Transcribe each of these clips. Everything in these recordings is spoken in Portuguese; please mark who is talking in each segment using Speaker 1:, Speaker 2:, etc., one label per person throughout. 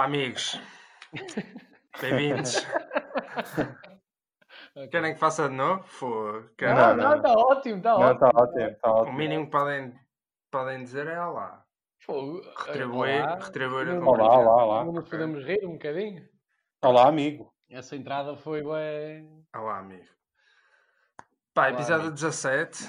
Speaker 1: amigos. Bem-vindos.
Speaker 2: Ok.
Speaker 1: Querem que faça de novo?
Speaker 2: Não, está ótimo, está
Speaker 3: Não,
Speaker 2: ótimo.
Speaker 3: está ótimo, está
Speaker 1: O
Speaker 3: ótimo.
Speaker 1: mínimo que podem dizer é olá.
Speaker 2: Fogo.
Speaker 1: Retribuir
Speaker 2: Olá.
Speaker 1: a
Speaker 2: Não-
Speaker 1: companhia.
Speaker 3: Olá.
Speaker 2: Não nos
Speaker 1: Ok.
Speaker 2: podemos rir um bocadinho?
Speaker 3: Olá, amigo.
Speaker 2: Essa entrada foi bem...
Speaker 1: Olá, amigo. Pá,
Speaker 2: Olá,
Speaker 1: episódio
Speaker 2: amigo.
Speaker 1: 17.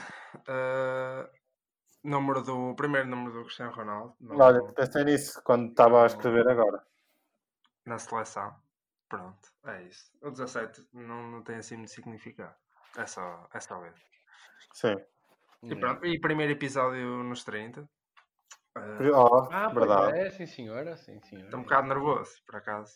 Speaker 1: Primeiro número do Cristiano Ronaldo.
Speaker 3: Olha, pensei nisso quando estava a escrever agora.
Speaker 1: Na seleção. Pronto, é isso. O 17 não tem assim muito significado. É só ver.
Speaker 3: Sim.
Speaker 1: E pronto, e primeiro episódio nos 30.
Speaker 2: Pois
Speaker 3: Verdade.
Speaker 2: é, sim senhora.
Speaker 1: Estou um bocado nervoso, por acaso.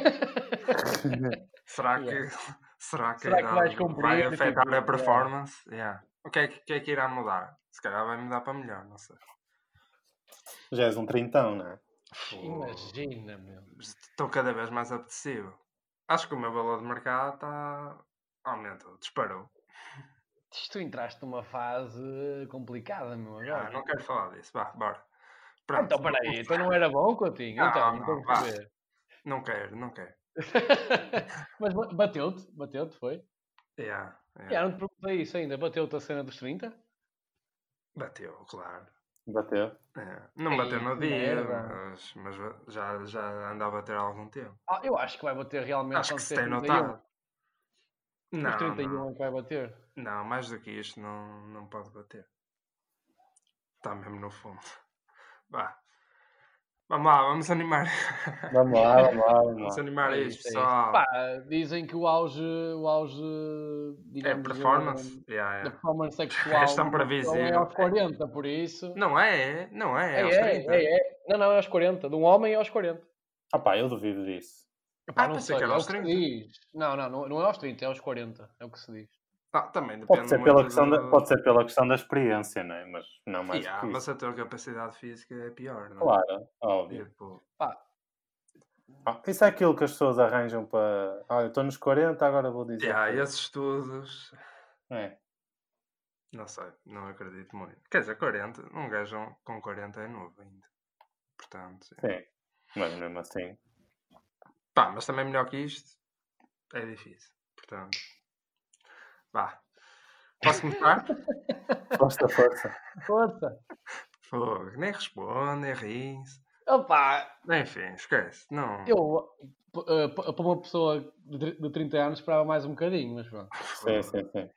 Speaker 1: Será que
Speaker 2: Será que vais cumprir,
Speaker 1: vai afetar
Speaker 2: tipo,
Speaker 1: a performance? Yeah. O que é que irá mudar? Se calhar vai mudar para melhor, não sei.
Speaker 3: Já és um trintão, não é?
Speaker 2: Imagina, meu.
Speaker 1: Estou cada vez mais apetecido. Acho que o meu valor de mercado aumentou, disparou.
Speaker 2: Tu entraste numa fase complicada, meu. Agora.
Speaker 1: Não quero falar disso, vá, bora. Pronto.
Speaker 2: Então, peraí, então não era bom, Coutinho? Então, não estou a
Speaker 1: vá.
Speaker 2: perceber.
Speaker 1: Não quero.
Speaker 2: Mas bateu-te, foi?
Speaker 1: Yeah.
Speaker 2: Não te perguntei isso ainda. Bateu-te a cena dos 30?
Speaker 1: Bateu, claro.
Speaker 3: Bateu.
Speaker 1: Não bateu no
Speaker 2: que
Speaker 1: dia,
Speaker 2: merda.
Speaker 1: mas já andava a bater há algum tempo.
Speaker 2: Eu acho que vai bater realmente
Speaker 1: Acho que
Speaker 2: quando
Speaker 1: se
Speaker 2: ter
Speaker 1: tem
Speaker 2: 31.
Speaker 1: notado.
Speaker 2: Os 31
Speaker 1: Não.
Speaker 2: é que vai bater.
Speaker 1: Não, mais do que isto não pode bater. Está mesmo no fundo. Vá. Vamos lá, vamos animar.
Speaker 3: Vamos lá.
Speaker 1: Vamos animar
Speaker 2: É
Speaker 1: isto,
Speaker 2: isso.
Speaker 1: pessoal.
Speaker 2: Pá, dizem que o auge digamos,
Speaker 1: performance?
Speaker 2: da performance sexual
Speaker 1: És tão previsível.
Speaker 2: é aos 40, por isso...
Speaker 1: Não é aos 30.
Speaker 2: Não, é aos 40. De um homem é aos 40.
Speaker 3: Eu duvido disso.
Speaker 2: Não
Speaker 1: pensei
Speaker 2: sei,
Speaker 1: que era
Speaker 2: é o
Speaker 1: aos
Speaker 2: que se
Speaker 1: 30.
Speaker 2: diz. Não é aos 30, é aos 40. É o que se diz.
Speaker 1: Também depende
Speaker 3: Pode ser
Speaker 1: muito
Speaker 3: pode ser pela questão da experiência, não é? Mas não mais que
Speaker 1: mas
Speaker 3: isso.
Speaker 1: a tua capacidade física é pior, não é?
Speaker 3: Claro, óbvio.
Speaker 1: Tipo...
Speaker 3: Isso é aquilo que as pessoas arranjam para... Olha, estou nos 40, agora vou dizer...
Speaker 1: esses estudos...
Speaker 3: É.
Speaker 1: Não sei, não acredito muito. Quer dizer, 40, um gajo com 40 é novo ainda. Portanto...
Speaker 3: Sim, mas mesmo assim...
Speaker 1: mas também melhor que isto é difícil. Portanto... Vá. Posso começar?
Speaker 3: Força.
Speaker 1: Fogo, nem responde, nem ri-se.
Speaker 2: Opa!
Speaker 1: Enfim, esquece. Não...
Speaker 2: Eu, para uma pessoa de 30 anos, esperava mais um bocadinho, mas pronto.
Speaker 3: Sim.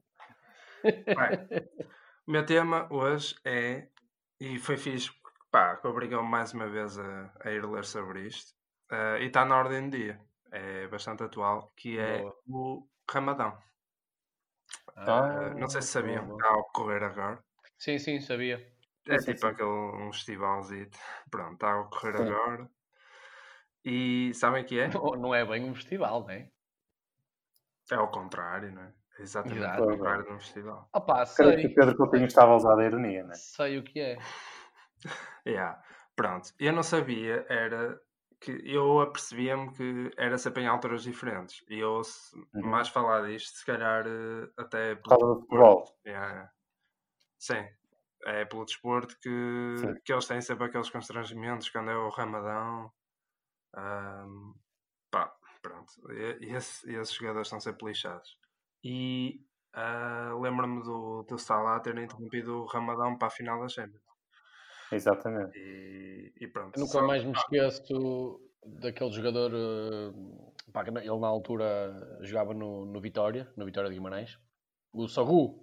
Speaker 1: Bem, o meu tema hoje é, e foi fixe, que obrigou-me mais uma vez a ir ler sobre isto, e está na ordem do dia, é bastante atual, que é
Speaker 2: Boa.
Speaker 1: o Ramadão. Não sei se sabiam,
Speaker 2: boa.
Speaker 1: está a ocorrer agora.
Speaker 2: Sim, sabia.
Speaker 1: É tipo um festivalzito. Pronto, está a ocorrer agora. E sabem o que é?
Speaker 2: Não é bem um festival, não é?
Speaker 1: É ao contrário, não é? É exatamente
Speaker 2: Exato.
Speaker 1: o contrário de um festival.
Speaker 3: Creio que o Pedro Coutinho estava a usar a ironia, não é?
Speaker 2: Sei o que é.
Speaker 1: Pronto. Eu não sabia, era que eu apercebia-me que era sempre em alturas diferentes. E eu ouço mais falar disto, se calhar até
Speaker 3: Por causa do futebol.
Speaker 1: Sim. É pelo desporto que eles têm sempre aqueles constrangimentos quando é o Ramadão. Pronto. E esses jogadores estão sempre lixados. E lembro-me do Salah ter interrompido o Ramadão para a final da Champions.
Speaker 3: Exatamente.
Speaker 1: E pronto.
Speaker 2: Eu nunca mais me esqueço daquele jogador. Ele na altura jogava no Vitória de Guimarães. O Sagu.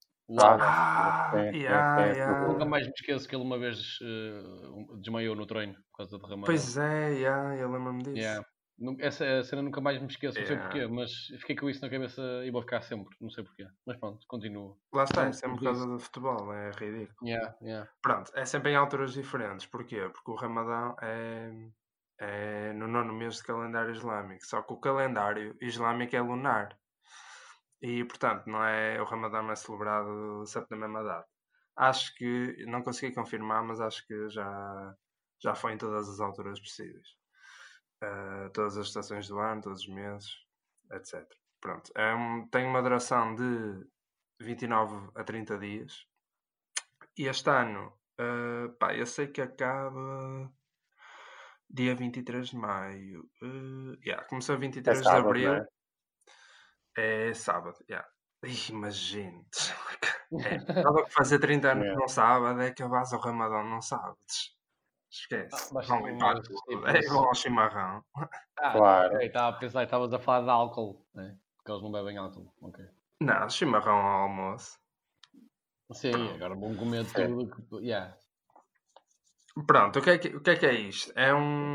Speaker 2: Nunca mais me esqueço que ele uma vez desmaiou no treino por causa do Ramadão.
Speaker 1: Pois é, eu lembro-me disso.
Speaker 2: Essa cena nunca mais me esqueço, não sei porquê, mas fiquei com isso na cabeça e vou ficar sempre, não sei porquê. Mas pronto, continuo.
Speaker 1: Lá está, é sempre por causa do futebol, é ridículo. Pronto, é sempre em alturas diferentes. Porquê? Porque o Ramadão é no 9º mês de calendário islâmico, só que o calendário islâmico é lunar. E, portanto, o Ramadão não é celebrado sempre na mesma data. Acho que, não consegui confirmar, mas acho que já foi em todas as alturas possíveis. Todas as estações do ano, todos os meses, etc. Pronto. Tem uma duração de 29 a 30 dias. E este ano, eu sei que acaba Dia 23 de maio. Começou 23
Speaker 3: É sábado,
Speaker 1: de abril.
Speaker 3: não
Speaker 1: É sábado, Imagina. Estava a fazer 30 anos num sábado, é que acabasse o Ramadão num sábado. Esquece. Vão limpar tudo. É igual ao chimarrão.
Speaker 3: Claro.
Speaker 2: Ok, estava a pensar que estavas a falar de álcool, né? Porque eles não bebem álcool. Ok.
Speaker 1: Não, chimarrão ao almoço.
Speaker 2: Sim, agora vão comer tudo. Yeah.
Speaker 1: Pronto, o que é que é isto? É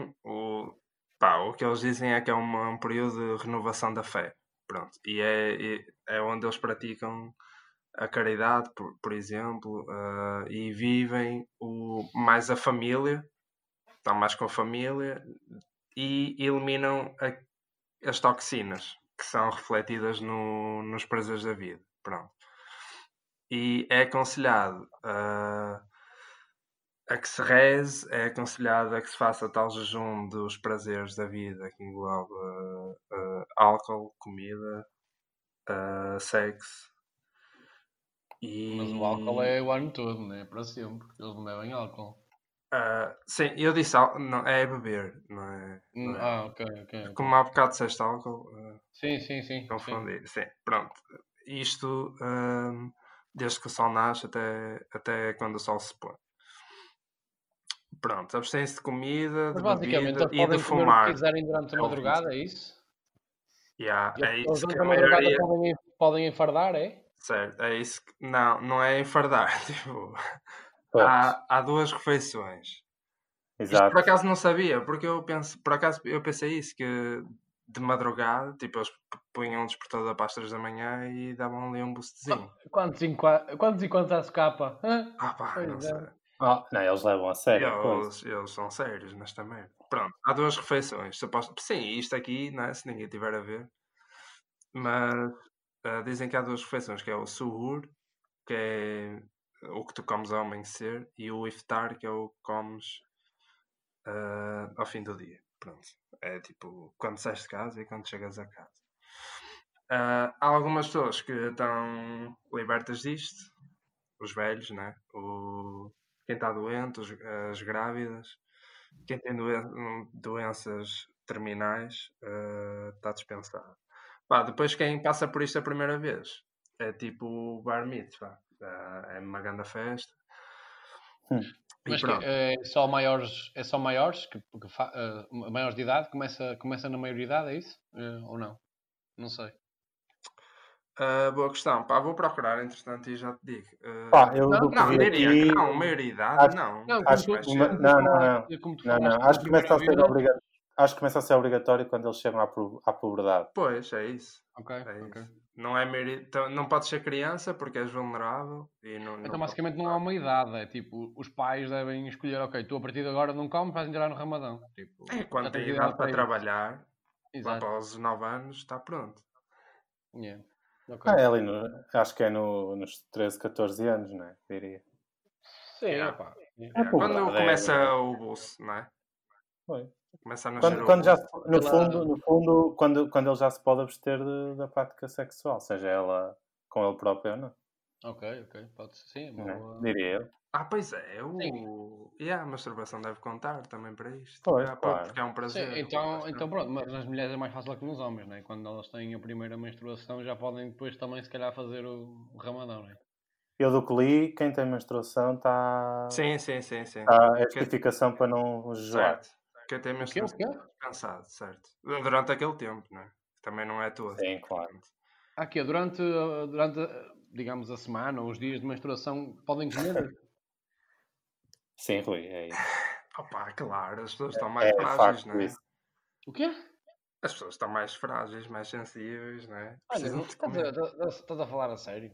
Speaker 1: o que eles dizem é que é um período de renovação da fé. Pronto. E é onde eles praticam a caridade, por exemplo, e vivem mais a família, estão mais com a família e eliminam as toxinas que são refletidas nos prazeres da vida. Pronto. E é aconselhado a que se reze, é aconselhado a que se faça tal jejum dos prazeres da vida, que engloba álcool, comida, sexo.
Speaker 2: Mas o álcool é o ano todo, não é? Para sempre. Eles não bebem álcool.
Speaker 1: Sim, eu disse álcool, não, é beber, não é?
Speaker 2: Ok.
Speaker 1: Como há bocado disseste álcool.
Speaker 2: Sim.
Speaker 1: Confundi, sim. Pronto. Isto desde que o sol nasce até quando o sol se põe. Pronto, abstém-se de comida, de bebida e de fumar.
Speaker 2: Se quiserem durante a madrugada, é isso?
Speaker 1: É isso
Speaker 2: Eles
Speaker 1: que
Speaker 2: durante
Speaker 1: a
Speaker 2: a madrugada
Speaker 1: maioria...
Speaker 2: podem enfardar, é?
Speaker 1: Certo, é isso que... Não é enfardar. Tipo, há duas refeições.
Speaker 3: Exato.
Speaker 1: Isto por acaso não sabia, porque eu pensei isso, que de madrugada, tipo, eles punham um despertador para as 3 da manhã e davam ali um boostzinho.
Speaker 2: Quantos e quantos há capa?
Speaker 1: Não sei.
Speaker 3: Não, eles levam a sério.
Speaker 1: Eles são sérios nesta merda. Pronto, há duas refeições. Sim, isto aqui, não é? Se ninguém tiver a ver. Mas dizem que há duas refeições, que é o suhur, que é o que tu comes ao amanhecer, e o iftar, que é o que comes ao fim do dia. Pronto. É tipo quando sais de casa e quando chegas a casa. Há algumas pessoas que estão libertas disto. Os velhos, né? Quem está doente, as grávidas, quem tem doenças terminais, está dispensado. Depois quem passa por isto a primeira vez é tipo o bar mitzvah. É uma grande festa.
Speaker 2: Mas que é só maiores maiores de idade? Começa na maioridade, é isso? Ou não? Não sei.
Speaker 1: Boa questão. Vou procurar, entretanto, e já te digo.
Speaker 3: Diria
Speaker 1: que não, maioridade, não.
Speaker 3: Acho que começa a ser obrigatório quando eles chegam à puberdade.
Speaker 1: Pois, é isso.
Speaker 2: Ok.
Speaker 1: Isso. Não é não pode ser criança porque és vulnerável.
Speaker 2: Então, basicamente, não há uma idade. É tipo, os pais devem escolher, ok, tu a partir de agora não comes, vais entrar no Ramadão. Tipo,
Speaker 1: quando tem idade para trabalhar, lá para os 9 anos, está pronto.
Speaker 2: Yeah. Okay.
Speaker 3: Acho que é nos 13, 14 anos, não é? Diria.
Speaker 2: Sim,
Speaker 1: Quando começa o bolso, não é?
Speaker 3: Foi.
Speaker 1: Começa a nascer
Speaker 3: quando já, no fundo, quando ele já se pode abster da prática sexual, seja ela com ele próprio ou não.
Speaker 2: Ok, pode ser, sim.
Speaker 3: Diria eu.
Speaker 1: Pois é, a masturbação deve contar também para isto.
Speaker 3: Pois, claro.
Speaker 1: Porque é um prazer.
Speaker 2: Sim, então pronto, mas nas mulheres é mais fácil que nos homens, não é? Quando elas têm a primeira menstruação já podem depois também se calhar fazer o Ramadão, não é?
Speaker 3: Eu do que li, quem tem menstruação está...
Speaker 1: Sim.
Speaker 3: Está a justificação para não jejuar.
Speaker 1: Certo. Quem tem menstruação está cansado, certo. Durante aquele tempo, não é? Também não é todo.
Speaker 3: Sim, claro.
Speaker 2: Aqui, durante digamos, a semana ou os dias de menstruação, podem comer?
Speaker 3: Sim, Rui, é isso.
Speaker 1: Claro, as pessoas estão mais frágeis, não é?
Speaker 2: Isso. O quê?
Speaker 1: As pessoas estão mais frágeis, mais sensíveis, não é?
Speaker 2: Estás a falar a sério?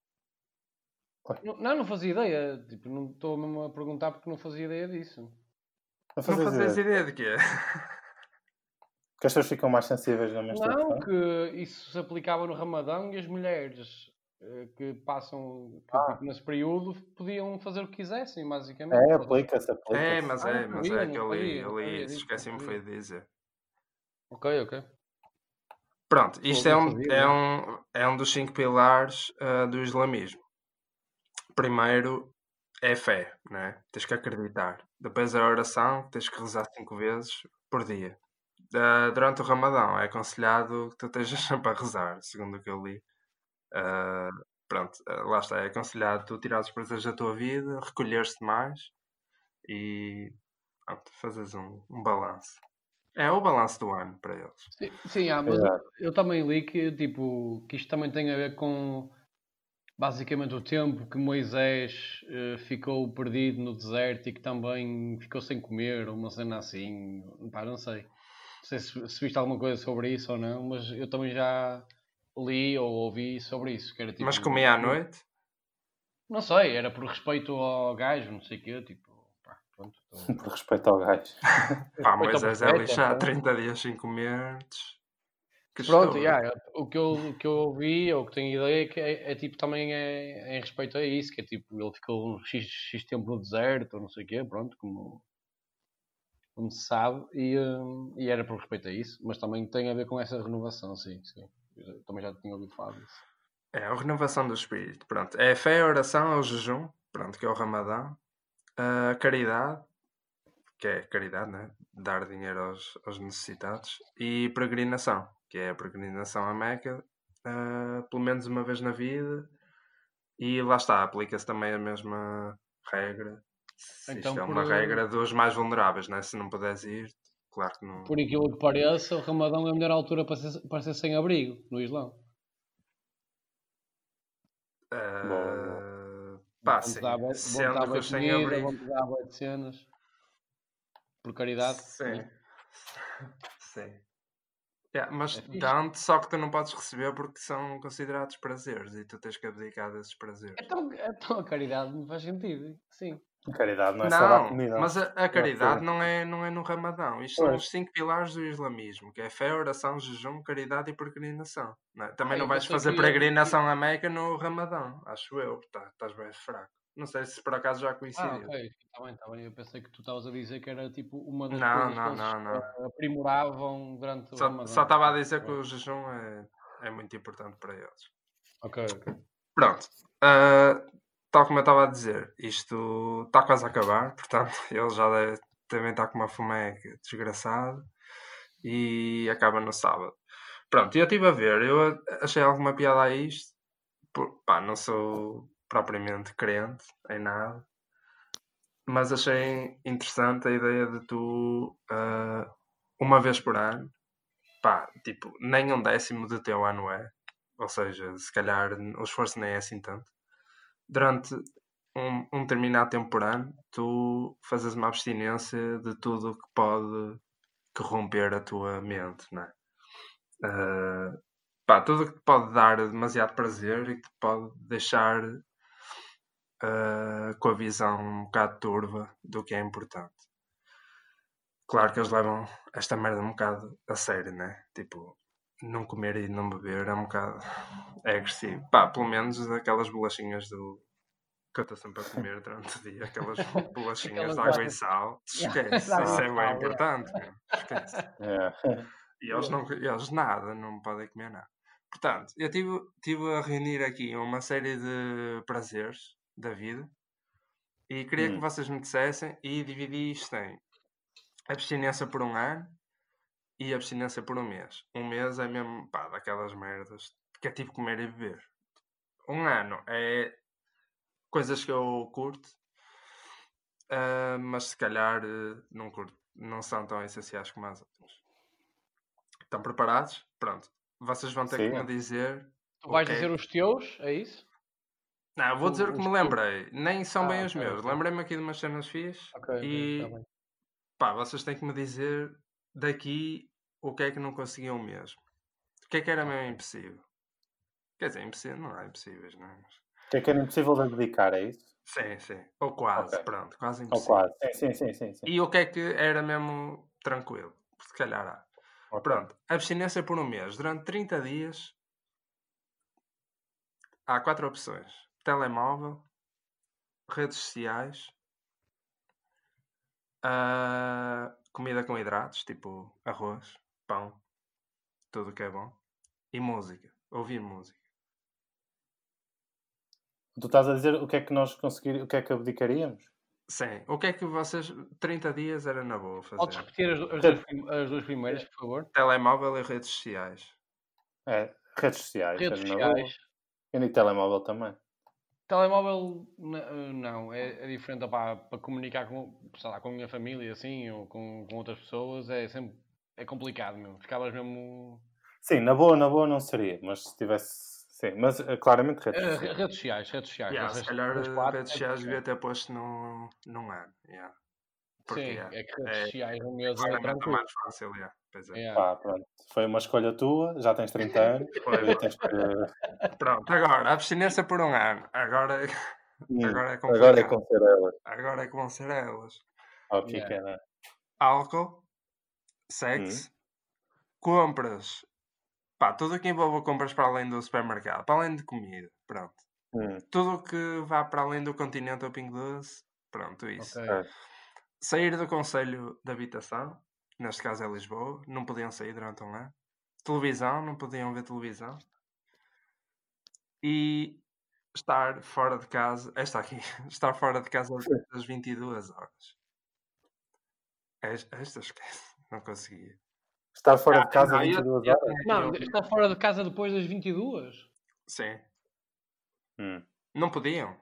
Speaker 2: Não fazia ideia. Tipo, não estou mesmo a perguntar porque não fazia ideia disso.
Speaker 1: Não fazias ideia de quê?
Speaker 3: Que as pessoas ficam mais sensíveis na menstruação?
Speaker 2: Não, que isso se aplicava no Ramadão e as mulheres que passam tipo, nesse período podiam fazer o que quisessem, basicamente.
Speaker 3: Aplica-se.
Speaker 1: Mas é que eu li isso. Esqueci-me foi de dizer.
Speaker 2: Ok.
Speaker 1: Pronto, isto é um dos 5 pilares do islamismo. Primeiro é fé, né? Tens que acreditar. Depois a oração, tens que rezar 5 vezes por dia. Durante o Ramadão é aconselhado que tu estejas sempre a rezar, segundo o que eu li. Pronto, lá está, é aconselhado tu tirar os prazeres da tua vida, recolheres-te mais e pronto, fazes um balanço. É o balanço do ano para eles.
Speaker 2: Sim, mas eu também li que, tipo, que isto também tem a ver com basicamente o tempo que Moisés ficou perdido no deserto e que também ficou sem comer, uma cena assim. Pá, não sei. Não sei se viste alguma coisa sobre isso ou não, mas eu também já li ou ouvi sobre isso. Que era, tipo,
Speaker 1: Mas comia à noite?
Speaker 2: Não sei, era por respeito ao gajo, não sei o quê, tipo, pá, pronto.
Speaker 3: Por respeito ao gajo.
Speaker 1: Pá, Moisés é lixado, 30 dias sem comer. Que
Speaker 2: pronto, o que eu ouvi, ou que tenho ideia, que é tipo, também é em respeito a isso, que é tipo, ele ficou um X tempo no deserto, ou não sei o quê, pronto, como se sabe, e era por respeito a isso, mas também tem a ver com essa renovação, sim. Eu também já tinha ouvido falar disso.
Speaker 1: É a renovação do espírito, pronto. É a fé, a oração, o jejum, pronto, que é o Ramadão. A caridade, que é caridade, né? Dar dinheiro aos necessitados. E peregrinação, que é a peregrinação à Meca, pelo menos uma vez na vida. E lá está, aplica-se também a mesma regra.
Speaker 2: Então,
Speaker 1: Isto é uma regra dos mais vulneráveis, né? Se não puderes ir, claro que não.
Speaker 2: Por aquilo que pareça, o Ramadão é a melhor altura para ser sem abrigo no Islão.
Speaker 1: Pá, sim. Sendo que os sem abrigo.
Speaker 2: Vão-te dar boa de cenas. Por caridade.
Speaker 1: Sim. Sim. Mas dão-te, só que tu não podes receber porque são considerados prazeres e tu tens que abdicar desses prazeres.
Speaker 2: Então a caridade não faz sentido, sim.
Speaker 3: A caridade não é só dar comida.
Speaker 1: Mas a caridade não é no Ramadão. Isto são os 5 pilares do islamismo, que é fé, oração, jejum, caridade e peregrinação. Não é? Também não vais fazer peregrinação à Meca no Ramadão, acho eu. Estás bem fraco. Não sei se por acaso já coincidiu.
Speaker 2: Ok, está bem. Eu pensei que tu estavas a dizer que era tipo uma das coisas que eles aprimoravam durante o Ramadão.
Speaker 1: Só estava a dizer que o jejum é muito importante para eles.
Speaker 2: Ok.
Speaker 1: Pronto. Tal como eu estava a dizer, isto está quase a acabar, portanto, ele já devem estar com uma fomeca desgraçada e acaba no sábado. Pronto, eu estive a ver, eu achei alguma piada a isto. Pá, não sou propriamente crente em nada, mas achei interessante a ideia de tu, uma vez por ano, pá, tipo, nem 1/10 do teu ano é, ou seja, se calhar o esforço nem é assim tanto. Durante um determinado tempo por ano, tu fazes uma abstinência de tudo que pode corromper a tua mente, não é? Tudo que te pode dar demasiado prazer e que te pode deixar com a visão um bocado turva do que é importante. Claro que eles levam esta merda um bocado a sério, né? Tipo, não comer e não beber é um bocado agressivo. Pelo menos aquelas bolachinhas que eu estou sempre a comer durante o dia, aquelas bolachinhas de água e sal, esquece, isso é bem importante, meu. Esquece. E eles nada, não podem comer nada. Portanto, eu estive a reunir aqui uma série de prazeres da vida e queria que vocês me dissessem e dividi isto em abstinência por um ano e abstinência por um mês. Um mês é mesmo, daquelas merdas que é tipo comer e beber. Um ano é coisas que eu curto, mas se calhar não curto, não são tão essenciais como as outras. Estão preparados? Pronto. Vocês vão ter que me dizer.
Speaker 2: Tu vais dizer os teus, é isso?
Speaker 1: Não, vou dizer o que me lembrei. Nem são bem os meus. Lembrei-me aqui de umas cenas fixes. E vocês têm que me dizer daqui o que é que não conseguiam mesmo. O que é que era mesmo impossível? Quer dizer, impossível, não há impossíveis, não é?
Speaker 3: O que era impossível de abdicar, é isso?
Speaker 1: Sim. Ou quase, pronto. Quase
Speaker 3: impossível. Ou
Speaker 1: quase.
Speaker 3: Sim.
Speaker 1: E o que é que era mesmo tranquilo? Se calhar há. Pronto. Abstinência por um mês. Durante 30 dias há 4 opções. Telemóvel, redes sociais, comida com hidratos, tipo arroz, pão, tudo que é bom, e música, ouvir música.
Speaker 3: Tu estás a dizer o que é que nós conseguiríamos? O que é que abdicaríamos?
Speaker 1: Sim. O que é que vocês... 30 dias era na boa fazer?
Speaker 2: Podes repetir as duas primeiras, por favor?
Speaker 1: Telemóvel e redes sociais.
Speaker 3: Redes sociais.
Speaker 2: Redes
Speaker 3: era na boa.
Speaker 2: sociais.
Speaker 3: E telemóvel também.
Speaker 2: Telemóvel, não. É diferente para comunicar com, sei lá, com a minha família, assim, ou com outras pessoas. É sempre... É complicado, meu. Ficavas mesmo...
Speaker 3: Sim, na boa não seria. Mas se tivesse... Sim, mas claramente redes sociais.
Speaker 2: Redes sociais.
Speaker 1: Yeah, se calhar redes sociais devia ter posto num ano. Yeah. Porque,
Speaker 2: sim, é que redes sociais no mês é
Speaker 1: claramente
Speaker 2: tranquilo.
Speaker 1: mais fácil, yeah. Pois é.
Speaker 2: Yeah.
Speaker 3: Pá, pronto. Foi uma escolha tua, já tens 30 anos. Tens que...
Speaker 1: Pronto, agora, abstinência por um ano. Agora é complicado.
Speaker 3: Agora é com ser elas.
Speaker 1: Agora é que vão ser elas.
Speaker 3: Ok, que é,
Speaker 1: Álcool, sexo, compras. Pá, tudo o que envolva compras para além do supermercado, para além de comida, pronto. Tudo o que vá para além do continente ou Pingo Doce, pronto, isso.
Speaker 2: Okay.
Speaker 1: Sair do concelho de habitação, neste caso é Lisboa, não podiam sair durante um ano. Televisão, não podiam ver televisão. E estar fora de casa, esta aqui, estar fora de casa às 22 horas. Esta esquece, não conseguia.
Speaker 3: Estar fora de casa às 22 horas?
Speaker 2: Não, estar fora de casa depois das 22?
Speaker 1: Sim. Não podiam.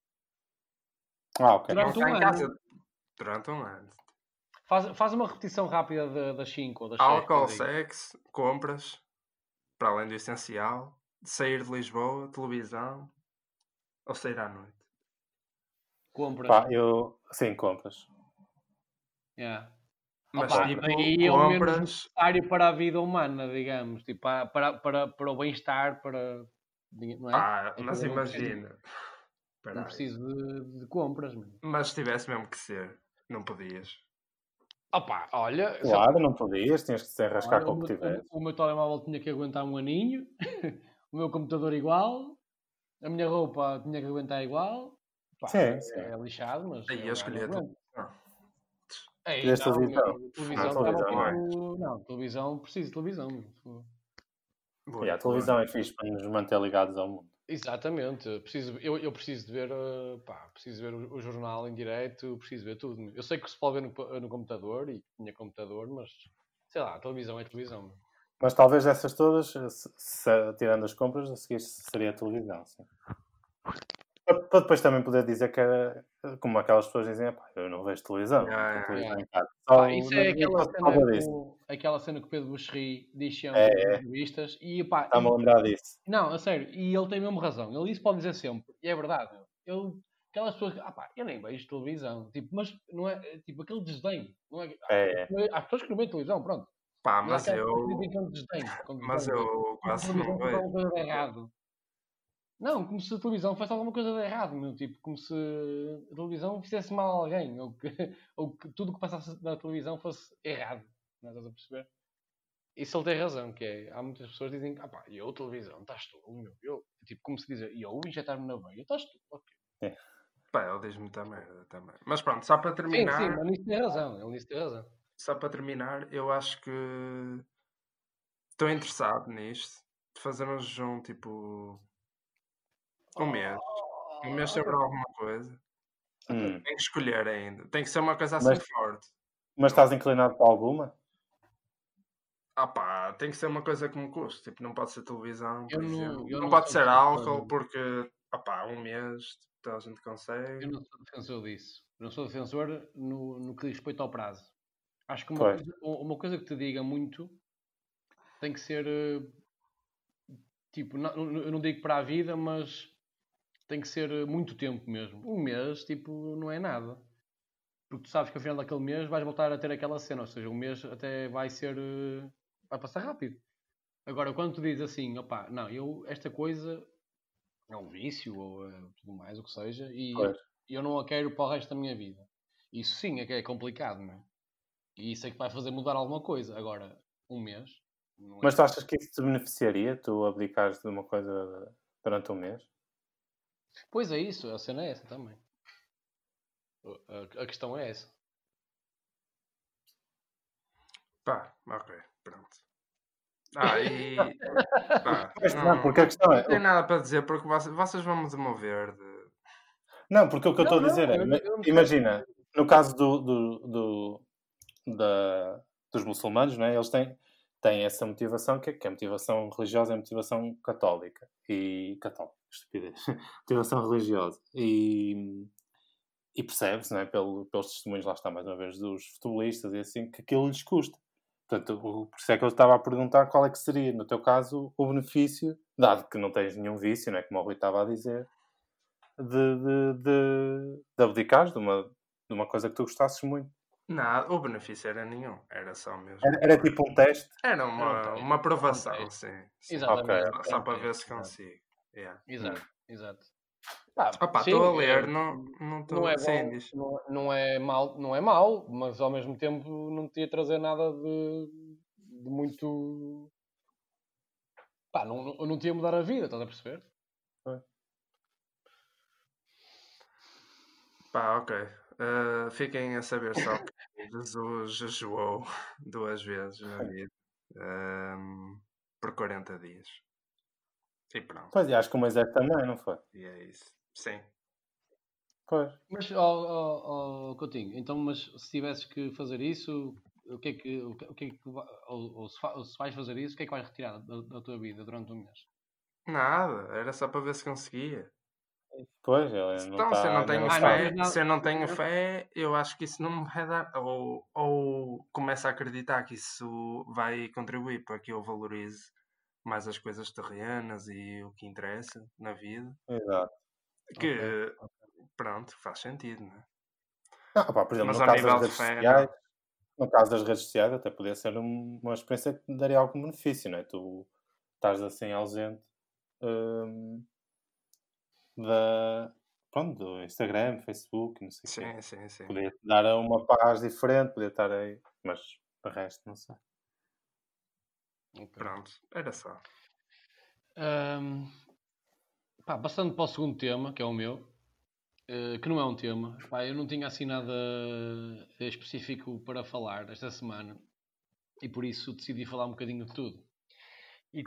Speaker 3: Ok.
Speaker 2: Durante um ano.
Speaker 1: Casa, durante um ano.
Speaker 2: Faz uma repetição rápida das 5 ou das
Speaker 1: 6. Álcool, sexo, compras, para além do essencial, sair de Lisboa, televisão, ou sair à noite.
Speaker 2: Compras.
Speaker 3: Pá, sim, compras.
Speaker 2: Yeah.
Speaker 1: Mas tipo,
Speaker 2: e é o menos necessário para a vida humana, digamos, tipo, para o bem-estar, para... Não é?
Speaker 1: Mas imagina.
Speaker 2: Não preciso de compras. Mano.
Speaker 1: Mas se tivesse mesmo que ser, não podias.
Speaker 2: Olha...
Speaker 3: Claro, não podias, tinhas que se enrascar com o que tivesse.
Speaker 2: O meu telemóvel tinha que aguentar um aninho, o meu computador igual, a minha roupa tinha que aguentar igual.
Speaker 3: Sim.
Speaker 2: É lixado, mas...
Speaker 1: Aí eu escolhi a
Speaker 2: televisão, preciso de televisão.
Speaker 3: A televisão é fixe para nos manter ligados ao mundo.
Speaker 2: Exatamente. Eu preciso de ver, preciso ver o jornal em direto, preciso ver tudo. Eu sei que se pode ver no computador, e tinha computador, mas sei lá, a televisão é televisão.
Speaker 3: Mas talvez essas todas, tirando as compras, a seguir seria a televisão, sim. Para depois também poder dizer que era como aquelas pessoas dizem, eu não vejo televisão. Em casa.
Speaker 2: Isso é aquela cena que o Pedro Buxerri diz sempre nas entrevistas.
Speaker 3: Está-me a lembrar disso.
Speaker 2: Não, a sério, e ele tem mesmo razão. Ele isso pode dizer sempre, e é verdade. Aquelas pessoas que, eu nem vejo televisão. Tipo, mas não é, tipo, aquele desdém. Não é, há pessoas que não veem televisão, pronto.
Speaker 1: Mas eu quase não vejo.
Speaker 2: Errado. Não, como se a televisão fosse alguma coisa de errado, meu. Tipo, como se a televisão fizesse mal a alguém, ou que tudo o que passasse na televisão fosse errado. Não estás a perceber? Isso ele tem razão, que é, há muitas pessoas que dizem, eu televisão, estás tu, meu. Tipo, como se dizer, eu injetar-me na veia, estás tu, ok.
Speaker 1: Ele diz muita merda também. Mas pronto, só para terminar...
Speaker 2: Sim, mas nisso tem razão,
Speaker 1: Só para terminar, eu acho que estou interessado nisto, de fazermos tipo... Um mês sobre alguma coisa. Tem que escolher ainda. Tem que ser uma coisa assim forte.
Speaker 3: Mas estás inclinado para alguma?
Speaker 1: Tem que ser uma coisa que me custe. Tipo, não pode ser televisão, por exemplo.
Speaker 2: Não
Speaker 1: pode ser álcool, porque um mês toda a gente consegue.
Speaker 2: Eu não sou defensor disso. Não sou defensor no que diz respeito ao prazo. Acho que uma coisa que te diga muito tem que ser tipo, eu não digo para a vida, mas tem que ser muito tempo mesmo. Um mês, tipo, não é nada. Porque tu sabes que ao final daquele mês vais voltar a ter aquela cena. Ou seja, um mês até vai passar rápido. Agora, quando tu dizes assim, esta coisa é um vício ou tudo mais, o que seja, e eu não a quero para o resto da minha vida. Isso sim é que é complicado, não é? E isso é que vai fazer mudar alguma coisa. Agora, um mês...
Speaker 3: Mas tu achas que isso te beneficiaria? Tu abdicares de uma coisa durante um mês?
Speaker 2: Pois é isso, a cena é essa também. A questão é essa.
Speaker 1: Ok, pronto.
Speaker 3: Porque a questão é...
Speaker 1: Não tem nada para dizer, porque vocês vão me demover de...
Speaker 3: Não, porque o que eu estou a dizer é... Imagina, no caso dos muçulmanos, não é? Eles têm essa motivação, que é a motivação religiosa, é a motivação católica. Católica, estupidez. Motivação religiosa. E percebe-se, não é? Pelos testemunhos, lá está mais uma vez, dos futebolistas e assim, que aquilo lhes custa. Portanto, por isso é que eu estava a perguntar qual é que seria, no teu caso, o benefício, dado que não tens nenhum vício, não é? Como o Rui estava a dizer, de abdicares de uma coisa que tu gostasses muito.
Speaker 1: Nada, o benefício era nenhum, era só mesmo.
Speaker 3: Era tipo um teste?
Speaker 1: Era uma aprovação, sim.
Speaker 2: Exatamente.
Speaker 3: Okay.
Speaker 1: Só para ver se consigo. Yeah.
Speaker 2: Exato.
Speaker 1: Estou a ler, não estou...
Speaker 2: Não é
Speaker 1: sim,
Speaker 2: bom,
Speaker 1: diz.
Speaker 2: não é mau, mas ao mesmo tempo não te ia trazer nada de muito... não te ia mudar a vida, estás a perceber?
Speaker 1: Ok. Fiquem a saber só que Jesus jejuou 2 vezes na vida. Por 40 dias. E pronto.
Speaker 3: Pois, e acho que o Moisés também, não foi?
Speaker 1: E é isso. Sim.
Speaker 3: Pois.
Speaker 2: Mas, Coutinho, então, mas se tivesses que fazer isso, o que é que ou se vais fazer isso, o que é que vais retirar da tua vida durante um mês?
Speaker 1: Nada, era só para ver se conseguia.
Speaker 3: Pois, ele não
Speaker 1: Então,
Speaker 3: está...
Speaker 1: se eu não tenho
Speaker 3: não
Speaker 1: fé,
Speaker 3: sabe.
Speaker 1: se eu não tenho fé, eu acho que isso não me vai dar. Ou começo a acreditar que isso vai contribuir para que eu valorize mais as coisas terrenas e o que interessa na vida.
Speaker 3: Exato.
Speaker 1: Que, pronto, faz sentido, não é?
Speaker 3: Não, pá, por exemplo,
Speaker 1: Mas
Speaker 3: no
Speaker 1: ao
Speaker 3: caso das
Speaker 1: nível de
Speaker 3: redes
Speaker 1: fé,
Speaker 3: sociais, no caso das redes sociais, até podia ser uma experiência que daria algum benefício, não é? Tu estás assim ausente do Instagram, Facebook, não sei o quê.
Speaker 1: Sim.
Speaker 3: Podia dar uma paz diferente, podia estar aí, mas o resto não sei.
Speaker 1: Pronto, era só.
Speaker 2: Passando para o segundo tema, que é o meu, que não é um tema. Eu não tinha assim nada específico para falar esta semana e por isso decidi falar um bocadinho de tudo. E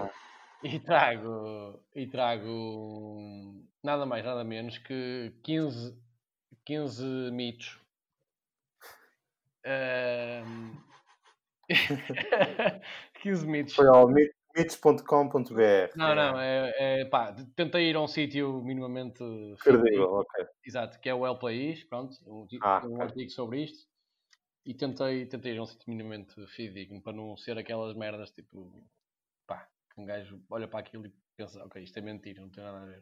Speaker 2: trago nada mais, nada menos que 15 mitos. 15 mitos.
Speaker 3: Foi ao mitos.com.br.
Speaker 2: Não, tentei ir a um sítio minimamente
Speaker 3: credível, ok.
Speaker 2: Exato, que é o El País, pronto, um artigo sobre isto, e tentei ir a um sítio minimamente fidedigno, para não ser aquelas merdas tipo, que um gajo olha para aquilo e pensa, ok, isto é mentira, não tem nada a ver.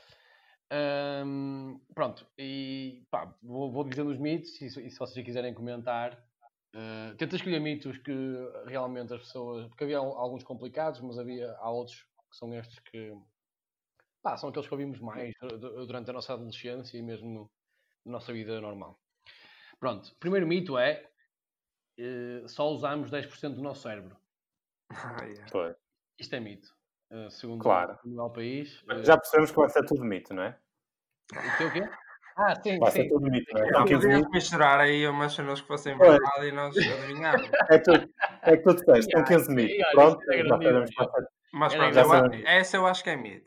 Speaker 2: Pronto, e vou dizendo os mitos, e se vocês quiserem comentar, tenta escolher mitos que realmente as pessoas, porque havia alguns complicados, mas há outros que são estes que são aqueles que ouvimos mais durante a nossa adolescência e mesmo na nossa vida normal. Pronto, o primeiro mito é só usamos 10% do nosso cérebro.
Speaker 3: Foi.
Speaker 2: Isto é mito. Segundo o país.
Speaker 3: Já percebemos que vai ser tudo mito, não é?
Speaker 2: O quê? Sim.
Speaker 3: Vai ser tudo mito, não é?
Speaker 1: Não podíamos misturar aí umas cenas que fossem verdade e nós adivinhávamos.
Speaker 3: É que tu disseste, são 15 mitos. Pronto, já sabemos que vai ser.
Speaker 1: Mas pronto, essa eu acho que é mito.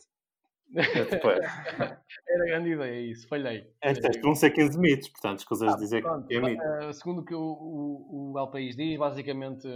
Speaker 2: Era grande ideia isso, falhei.
Speaker 3: Estas vão ser 15 mitos, portanto, escusas de dizer que é mito.
Speaker 2: Segundo o que o El País diz, basicamente,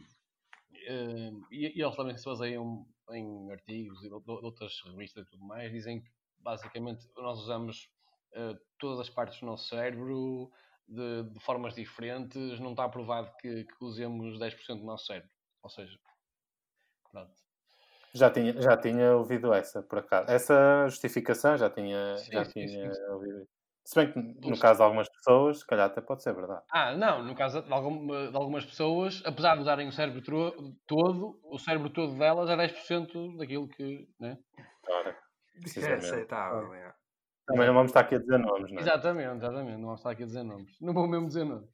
Speaker 2: e eles também se baseiam em artigos e de outras revistas e tudo mais, dizem que basicamente nós usamos todas as partes do nosso cérebro de formas diferentes, não está provado que usemos 10% do nosso cérebro, ou seja, pronto.
Speaker 3: Já tinha ouvido essa, por acaso. Essa justificação já tinha ouvido. Se bem que no caso de algumas pessoas, se calhar até pode ser verdade.
Speaker 2: Não, no caso de algumas pessoas, apesar de usarem o cérebro todo, o cérebro todo delas é 10% daquilo que, né?
Speaker 3: Claro.
Speaker 1: É aceitável,
Speaker 3: Também não vamos estar aqui a dizer nomes, não é?
Speaker 2: Exatamente, não vamos estar aqui a dizer nomes. Não vou mesmo dizer nomes.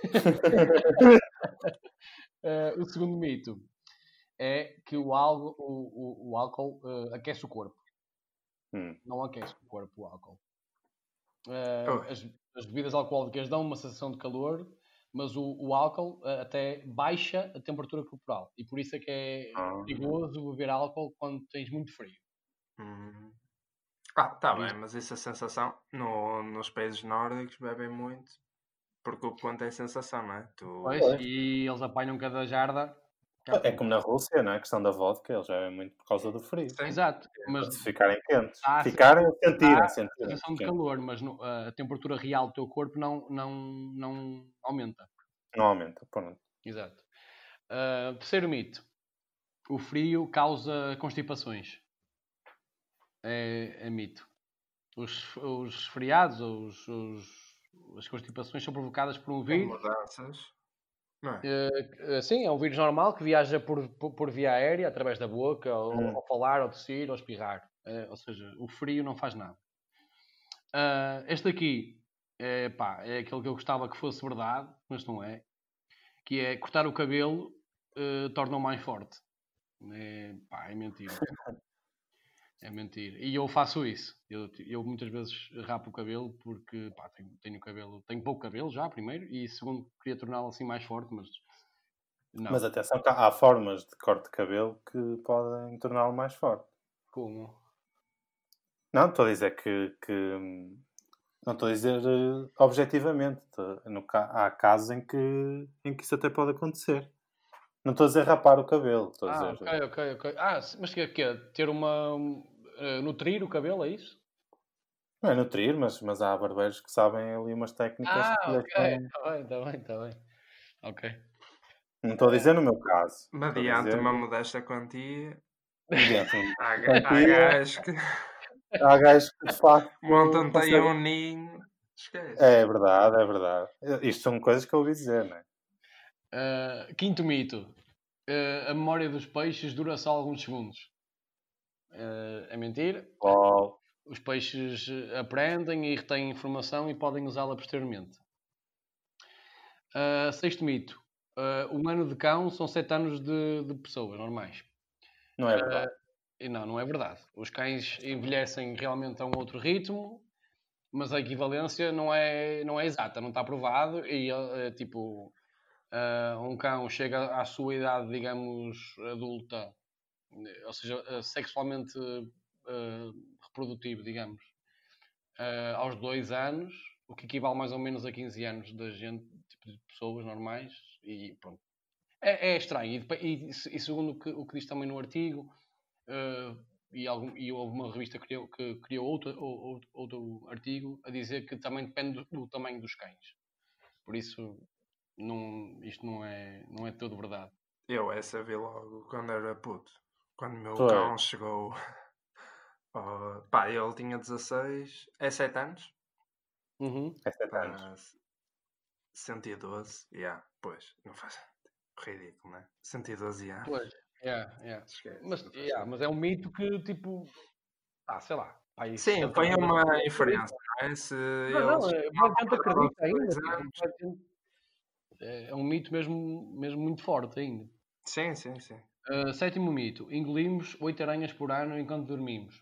Speaker 2: O segundo mito é que o álcool aquece o corpo. Não aquece o corpo, o álcool. As bebidas alcoólicas dão uma sensação de calor, mas o álcool até baixa a temperatura corporal. E por isso é que é perigoso beber álcool quando tens muito frio.
Speaker 1: Tá bem, mas essa sensação nos países nórdicos bebem muito Porque o ponto é a sensação, não é?
Speaker 2: Pois, e eles apanham cada jarda.
Speaker 3: É como na Rússia, não é? A questão da vodka, eles já é muito por causa do frio.
Speaker 1: Sim.
Speaker 2: Exato, mas
Speaker 3: Se ficarem quentes.
Speaker 2: há
Speaker 3: Ficarem ou sentirem.
Speaker 2: a sensação de calor, mas a temperatura real do teu corpo não aumenta.
Speaker 3: Não aumenta, pronto.
Speaker 2: Exato. Terceiro mito. O frio causa constipações. É mito. Os resfriados ou as constipações são provocadas por um vírus.
Speaker 1: Mudanças. Não é?
Speaker 2: Sim, é um vírus normal que viaja por via aérea, através da boca, ou falar, ou tossir, ou espirrar. Ou seja, o frio não faz nada. Este aqui é aquele que eu gostava que fosse verdade, mas não é. Que é cortar o cabelo torna-o mais forte. É mentira. É mentira. E eu faço isso. Eu muitas vezes rapo o cabelo porque tenho pouco cabelo já, primeiro, e segundo, queria torná-lo assim mais forte, mas não.
Speaker 3: Mas atenção que há formas de corte de cabelo que podem torná-lo mais forte.
Speaker 2: Como?
Speaker 3: Não, estou a dizer que não estou a dizer objetivamente. Há casos em que isso até pode acontecer. Não estou a dizer rapar o cabelo. Estou a dizer...
Speaker 2: ok. Mas que é? Ter nutrir o cabelo, é isso?
Speaker 3: Não é nutrir, mas há barbeiros que sabem ali umas técnicas que
Speaker 2: ok. Está bem. Ok.
Speaker 3: Não estou a dizer no meu caso.
Speaker 1: Mediante uma modesta quantia.
Speaker 3: Há
Speaker 1: Há
Speaker 3: gajos que de facto
Speaker 1: montam-te aí um ninho. Esquece.
Speaker 3: É verdade. Isto são coisas que eu ouvi dizer, não
Speaker 2: é? Quinto mito. A memória dos peixes dura só alguns segundos. É mentira. Os peixes aprendem e retêm informação e podem usá-la posteriormente. Sexto mito. Um ano de cão são 7 anos de pessoas normais.
Speaker 3: Não é verdade.
Speaker 2: Não é verdade. Os cães envelhecem realmente a um outro ritmo, mas a equivalência não é exata, não está provado. E um cão chega à sua idade, digamos, adulta, ou seja, sexualmente reprodutivo, digamos, aos 2 anos, o que equivale mais ou menos a 15 anos da gente, tipo de pessoas normais, e pronto. É estranho. E segundo o que diz também no artigo, e houve uma revista que criou outro artigo a dizer que também depende do tamanho dos cães. Por isso, isto não é todo verdade.
Speaker 1: Eu essa vi logo quando era puto. Quando o meu cão chegou... ele tinha 16... É 7 anos?
Speaker 3: É 7 anos.
Speaker 1: 112, pois, não faz ridículo, não é? 112 anos.
Speaker 2: Pois, mas é um mito que, tipo, sei lá.
Speaker 1: Sim, põe uma inferência, não é? Se
Speaker 2: gente acredita ainda. É um mito mesmo muito forte ainda.
Speaker 1: Sim.
Speaker 2: Sétimo mito. Engolimos 8 aranhas por ano enquanto dormimos.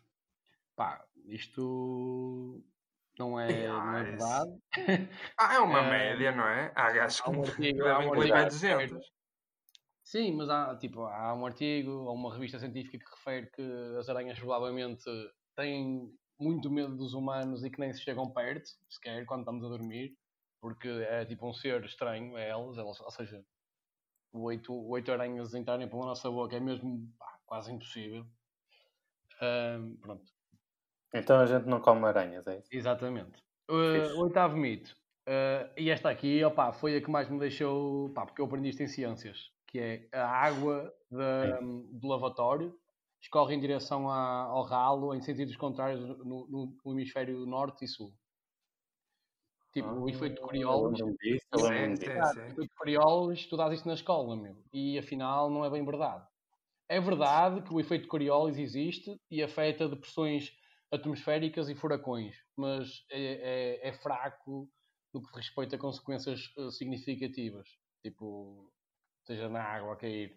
Speaker 2: Isto... Não é verdade.
Speaker 1: É uma média, não é? Há gajos que devem engolir 200.
Speaker 2: Sim, mas há um artigo ou uma revista científica que refere que as aranhas provavelmente têm muito medo dos humanos e que nem se chegam perto, sequer, quando estamos a dormir, porque é tipo um ser estranho a elas, ou seja, 8 aranhas entrarem pela nossa boca é mesmo quase impossível. Pronto.
Speaker 3: Então a gente não come aranhas, é isso?
Speaker 2: Exatamente. O oitavo mito. E esta aqui, foi a que mais me deixou... porque eu aprendi isto em ciências. Que é a água do lavatório escorre em direção ao ralo em sentidos contrários no hemisfério norte e sul. Tipo, o efeito de Coriolis. O efeito de Coriolis, tu dás isto na escola, meu. E afinal não é bem verdade. É verdade que o efeito de Coriolis existe e afeta depressões atmosféricas e furacões, mas é fraco no que respeita a consequências significativas, tipo, seja na água a cair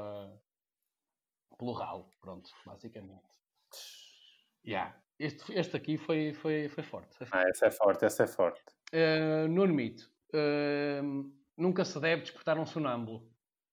Speaker 2: pelo ralo, pronto, basicamente. Este aqui foi forte.
Speaker 3: Esse é forte.
Speaker 2: Nono mito. Nunca se deve despertar um sonâmbulo.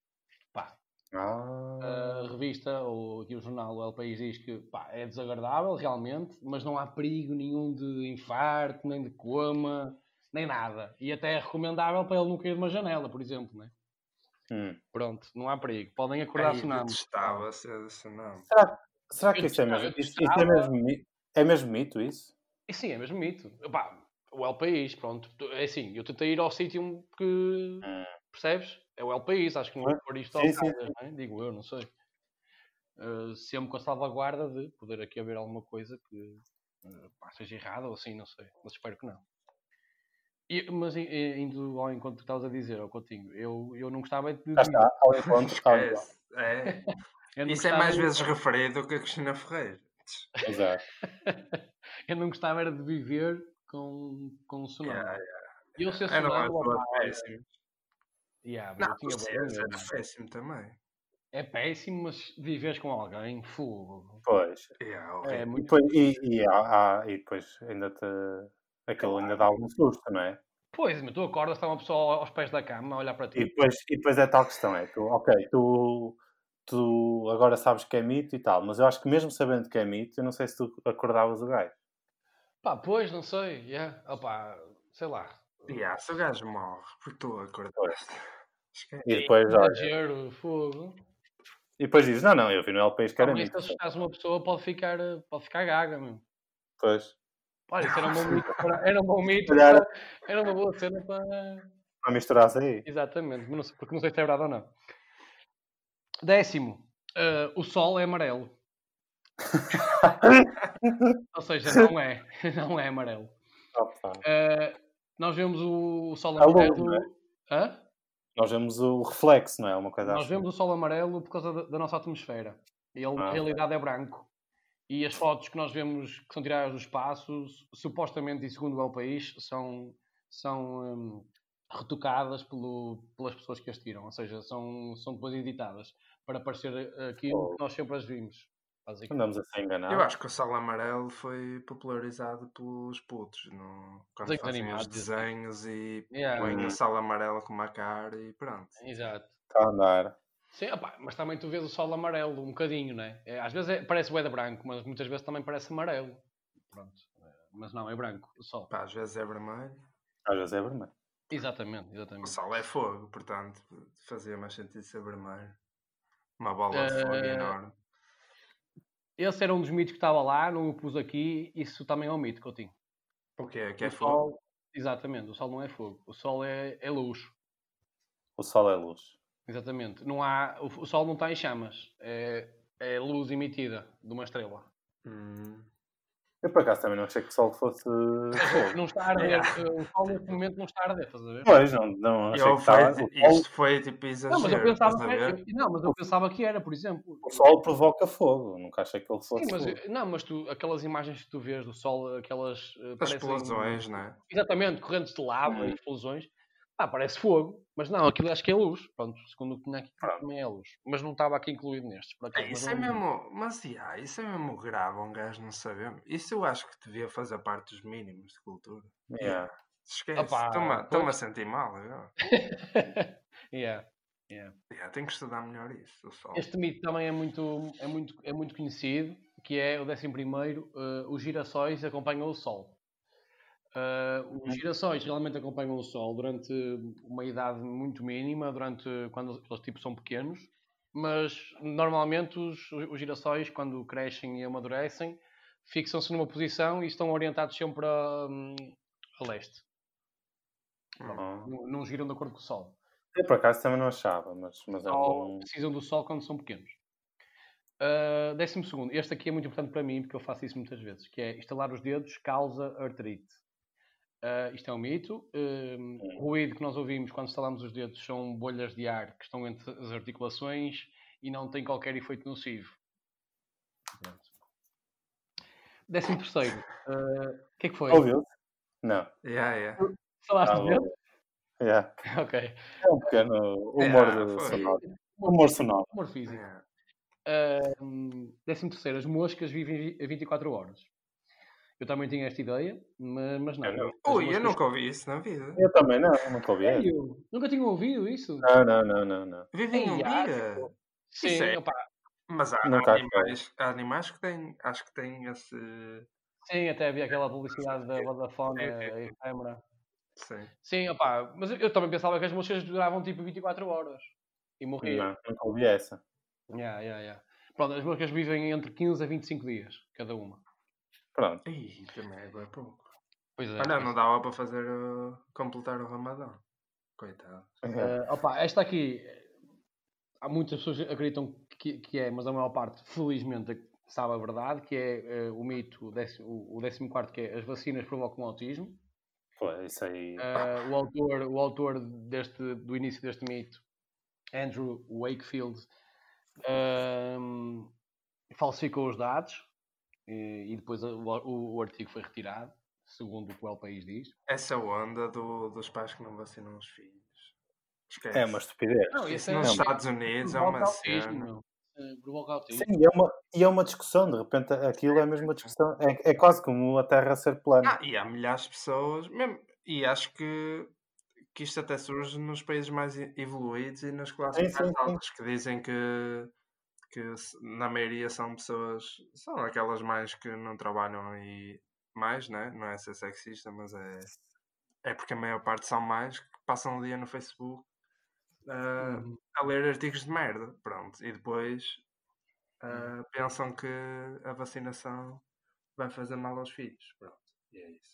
Speaker 2: A revista ou aqui o jornal o El País diz que é desagradável realmente, mas não há perigo nenhum de infarto nem de coma nem nada. E até é recomendável para ele não cair de uma janela, por exemplo, né? Pronto, não há perigo. Podem acordar sonâmbulos.
Speaker 1: Estava ser sonâmbulo.
Speaker 3: Será que isso é mesmo? É mesmo mito isso?
Speaker 2: E sim, é mesmo mito. Epá, o El País, pronto. É assim, eu tentei ir ao sítio que... Percebes? É o El País, acho que não é por isto ao Caldas, né? Digo eu, não sei. Sempre com a salvaguarda de poder aqui haver alguma coisa que seja errada ou assim, não sei. Mas espero que não. Mas indo ao encontro que estavas a dizer, ao Coutinho, eu não gostava de...
Speaker 3: Já está, ao encontro.
Speaker 1: Isso é mais vezes referido que a Cristina Ferreira.
Speaker 3: Exato.
Speaker 2: Eu não gostava era de viver com sonâmbulo. E eu ser
Speaker 1: Era
Speaker 2: sonâmbulo...
Speaker 1: péssimo.
Speaker 2: Não,
Speaker 1: é péssimo também.
Speaker 2: É péssimo, mas viveres com alguém, fogo.
Speaker 3: Pois.
Speaker 2: É muito...
Speaker 3: E depois ainda te... Aquilo ainda dá algum susto, não é?
Speaker 2: Pois, mas tu acordas, está uma pessoa aos pés da cama a olhar para ti.
Speaker 3: E depois é tal questão, é tu agora sabes que é mito e tal, mas eu acho que mesmo sabendo que é mito, eu não sei se tu acordavas o gajo.
Speaker 2: Pá, pois, não sei, Opa, sei lá.
Speaker 1: Se o gajo morre, porque tu acordaste.
Speaker 3: E depois,
Speaker 2: olha... fogo.
Speaker 3: E depois dizes, não, eu vi no El País que era mito.
Speaker 2: Se assustares uma pessoa, pode ficar gaga, meu.
Speaker 3: Pois.
Speaker 2: Olha, isso era um bom mito. Era um bom mito. Era uma boa cena para
Speaker 3: misturar-se aí.
Speaker 2: Exatamente, porque não sei se é verdade ou não. 10º. O sol é amarelo. Ou seja, não é amarelo. Nós vemos o sol amarelo... Hã?
Speaker 3: Nós vemos o reflexo, não é? Uma coisa
Speaker 2: Nós vemos o sol amarelo por causa da nossa atmosfera. Ele, na realidade, é branco. E as fotos que nós vemos que são tiradas do espaço, supostamente, e segundo o El País, são retocadas pelas pessoas que as tiram. Ou seja, são depois editadas para parecer aquilo que nós sempre as vimos.
Speaker 3: Andamos a se enganar.
Speaker 1: Eu acho que o sol amarelo foi popularizado pelos putos quando fazem os desenhos e põem o sol amarelo com uma cara e pronto.
Speaker 2: Exato.
Speaker 3: Está a andar.
Speaker 2: Sim, opa, mas também tu vês o sol amarelo um bocadinho, né? Às vezes parece bué de branco, mas muitas vezes também parece amarelo. Pronto. Mas não, é branco o sol.
Speaker 1: Pá, às vezes é vermelho.
Speaker 3: Às vezes é vermelho.
Speaker 2: Exatamente.
Speaker 1: O sol é fogo, portanto, fazia mais sentido ser vermelho. Uma bola de fogo enorme.
Speaker 2: Esse era um dos mitos que estava lá, não o pus aqui. Isso também é um mito, Coutinho.
Speaker 1: O quê? Que é fogo?
Speaker 2: Exatamente, o sol não é fogo. O sol é luz.
Speaker 3: O sol é luz.
Speaker 2: Exatamente. O sol não está em chamas. É luz emitida de uma estrela.
Speaker 3: Eu, por acaso, também não achei que o sol fosse fogo.
Speaker 2: Não está a arder. O sol, nesse momento, não está a arder, estás a ver?
Speaker 3: Pois, não achei que estava...
Speaker 1: Isto foi, tipo, exagero.
Speaker 2: Mas eu pensava que era, por exemplo.
Speaker 3: O sol provoca fogo. Nunca achei que ele fosse
Speaker 2: fogo. Mas aquelas imagens que tu vês do sol, aquelas...
Speaker 1: As explosões, não é?
Speaker 2: Exatamente, correntes de lava e explosões. Parece fogo, mas não, aquilo acho que é luz. Pronto, segundo o que tinha aqui, também é luz. Mas não estava aqui incluído nestes.
Speaker 1: Isso é mesmo grave, um gajo não sabemos. Isso eu acho que devia fazer parte dos mínimos de cultura. Esquece. Estou-me a sentir mal agora. Tenho que estudar melhor isso. O sol.
Speaker 2: Este mito também é muito conhecido, que é o 11º, os girassóis acompanham o sol. Os girassóis realmente acompanham o sol durante uma idade muito mínima, quando eles tipo são pequenos, mas normalmente os girassóis, quando crescem e amadurecem, fixam-se numa posição e estão orientados sempre a leste. Não giram de acordo com o sol.
Speaker 3: Eu por acaso também não achava, mas
Speaker 2: precisam do sol quando são pequenos. 12º, este aqui é muito importante para mim porque eu faço isso muitas vezes, que é estalar os dedos causa artrite. Isto é um mito. O ruído que nós ouvimos quando estalamos os dedos são bolhas de ar que estão entre as articulações e não tem qualquer efeito nocivo. 13º. O que é que foi?
Speaker 3: Ouviu? Não.
Speaker 2: Falaste de dedos? Ok.
Speaker 3: É um pequeno humor sonoro. Humor sonoro.
Speaker 2: Humor físico. 13º. As moscas vivem 24 horas. Eu também tinha esta ideia, mas não.
Speaker 1: Eu nunca ouvi isso na vida.
Speaker 3: Eu também nunca ouvi.
Speaker 2: Sério? Nunca tinha ouvido isso?
Speaker 3: Não.
Speaker 1: Vivem um dia?
Speaker 2: Sim,
Speaker 1: mas há animais que têm, acho que têm esse...
Speaker 2: Sim, até havia aquela publicidade da Vodafone, a efêmera. Sim, opá, mas eu também pensava que as moscas duravam tipo 24 horas e morriam.
Speaker 3: Nunca ouvi essa.
Speaker 2: Pronto, as moscas vivem entre 15 a 25 dias, cada uma.
Speaker 3: Pronto.
Speaker 1: Ih, também é bem pouco.
Speaker 2: Pois é.
Speaker 1: Olha, não dava para fazer completar o Ramadão. Coitado.
Speaker 2: Esta aqui, há muitas pessoas que acreditam que é, mas a maior parte, felizmente, sabe a verdade, que é o mito, o 14º, que é as vacinas provocam autismo.
Speaker 3: Pô, isso aí...
Speaker 2: O autor do início deste mito, Andrew Wakefield, falsificou os dados e depois o artigo foi retirado, segundo o que o El País diz.
Speaker 1: Essa onda dos pais que não vacinam os filhos. Esquece.
Speaker 3: É uma estupidez.
Speaker 2: Não,
Speaker 1: isso nos Estados Unidos é uma cena.
Speaker 2: Provoca autismo.
Speaker 3: Sim, e é uma discussão, de repente aquilo é mesmo uma discussão. É quase como a Terra ser plana.
Speaker 1: E há milhares de pessoas, mesmo, e acho que isto até surge nos países mais evoluídos e nas classes mais altas, que dizem que na maioria são pessoas, são aquelas mais que não trabalham e mais, né? Não é ser sexista, mas é porque a maior parte são mais que passam o dia no Facebook a ler artigos de merda, pronto, e depois pensam que a vacinação vai fazer mal aos filhos, pronto, e é isso.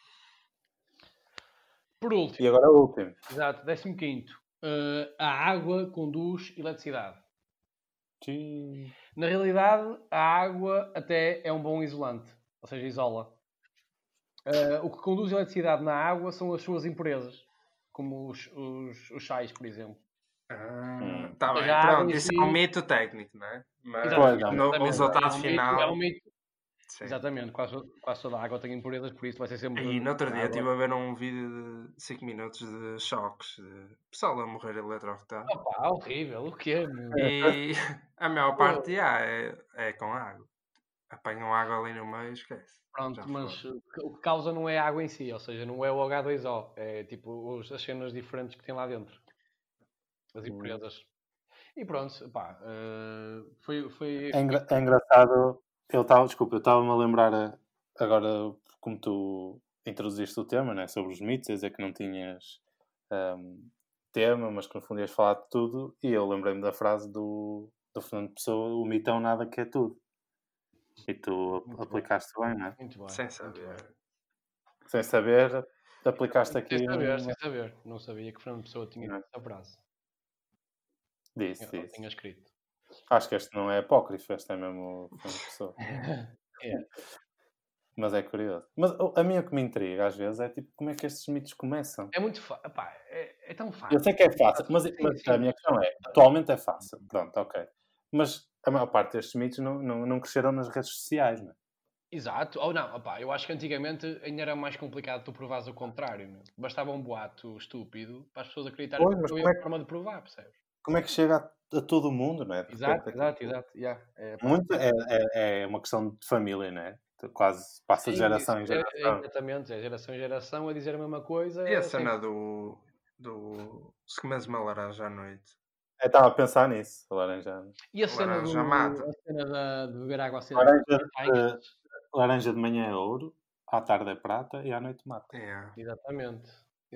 Speaker 2: Por último.
Speaker 3: E agora o último.
Speaker 2: Exato, 15º. A água conduz eletricidade.
Speaker 3: Sim.
Speaker 2: Na realidade, a água até é um bom isolante, ou seja, isola. O que conduz eletricidade na água são as suas impurezas, como os sais, por exemplo.
Speaker 1: Tá bem, pronto, isso é um mito técnico, não é? Mas no resultado final...
Speaker 2: É um mito. Sim. Exatamente, quase toda a água tem impurezas, por isso vai ser sempre...
Speaker 1: E no outro dia estive a ver um vídeo de 5 minutos de choques, de pessoal a morrer eletrocutado.
Speaker 2: Horrível, o quê?
Speaker 1: E a maior parte é com água. Apanham água ali no meio e esquece.
Speaker 2: Pronto, mas o que causa não é a água em si, ou seja, não é o H2O, é tipo as cenas diferentes que tem lá dentro. As impurezas. E pronto, foi...
Speaker 3: É engraçado, eu estava-me a lembrar agora, como tu introduziste o tema, né, sobre os mitos, a dizer que não tinhas tema, mas que no fundo ias falar de tudo, e eu lembrei-me da frase do Fernando Pessoa, o mitão nada que é tudo. E tu aplicaste bem, não é?
Speaker 2: Muito bem.
Speaker 1: Sem saber.
Speaker 3: Sem saber, aplicaste aqui...
Speaker 2: Sem saber. Não sabia que Fernando Pessoa tinha essa frase.
Speaker 3: Disse.
Speaker 2: Tinha escrito.
Speaker 3: Acho que este não é apócrifo, este é mesmo Fernando Pessoa. Mas é curioso. Mas a mim o que me intriga às vezes é tipo, como é que estes mitos começam?
Speaker 2: É muito fácil. É tão fácil.
Speaker 3: Eu sei que é fácil, mas a minha questão é, atualmente é fácil. Pronto, ok. Mas a maior parte destes mitos não cresceram nas redes sociais, não é?
Speaker 2: Exato. Ou não, eu acho que antigamente ainda era mais complicado tu provares o contrário. Não? Bastava um boato estúpido para as pessoas acreditarem que não havia forma de provar, percebes?
Speaker 3: Como é que chega a todo o mundo, não é?
Speaker 2: Exato.
Speaker 3: Yeah. Muito é uma questão de família, não é? Quase passa de geração em geração.
Speaker 2: Exatamente, é geração em geração a dizer a mesma coisa.
Speaker 1: E a cena do se comes uma laranja à noite?
Speaker 3: Eu estava a pensar nisso, a laranja.
Speaker 2: E a cena de beber água assim.
Speaker 3: Laranja de manhã é ouro, à tarde é prata e à noite mata.
Speaker 2: Exatamente.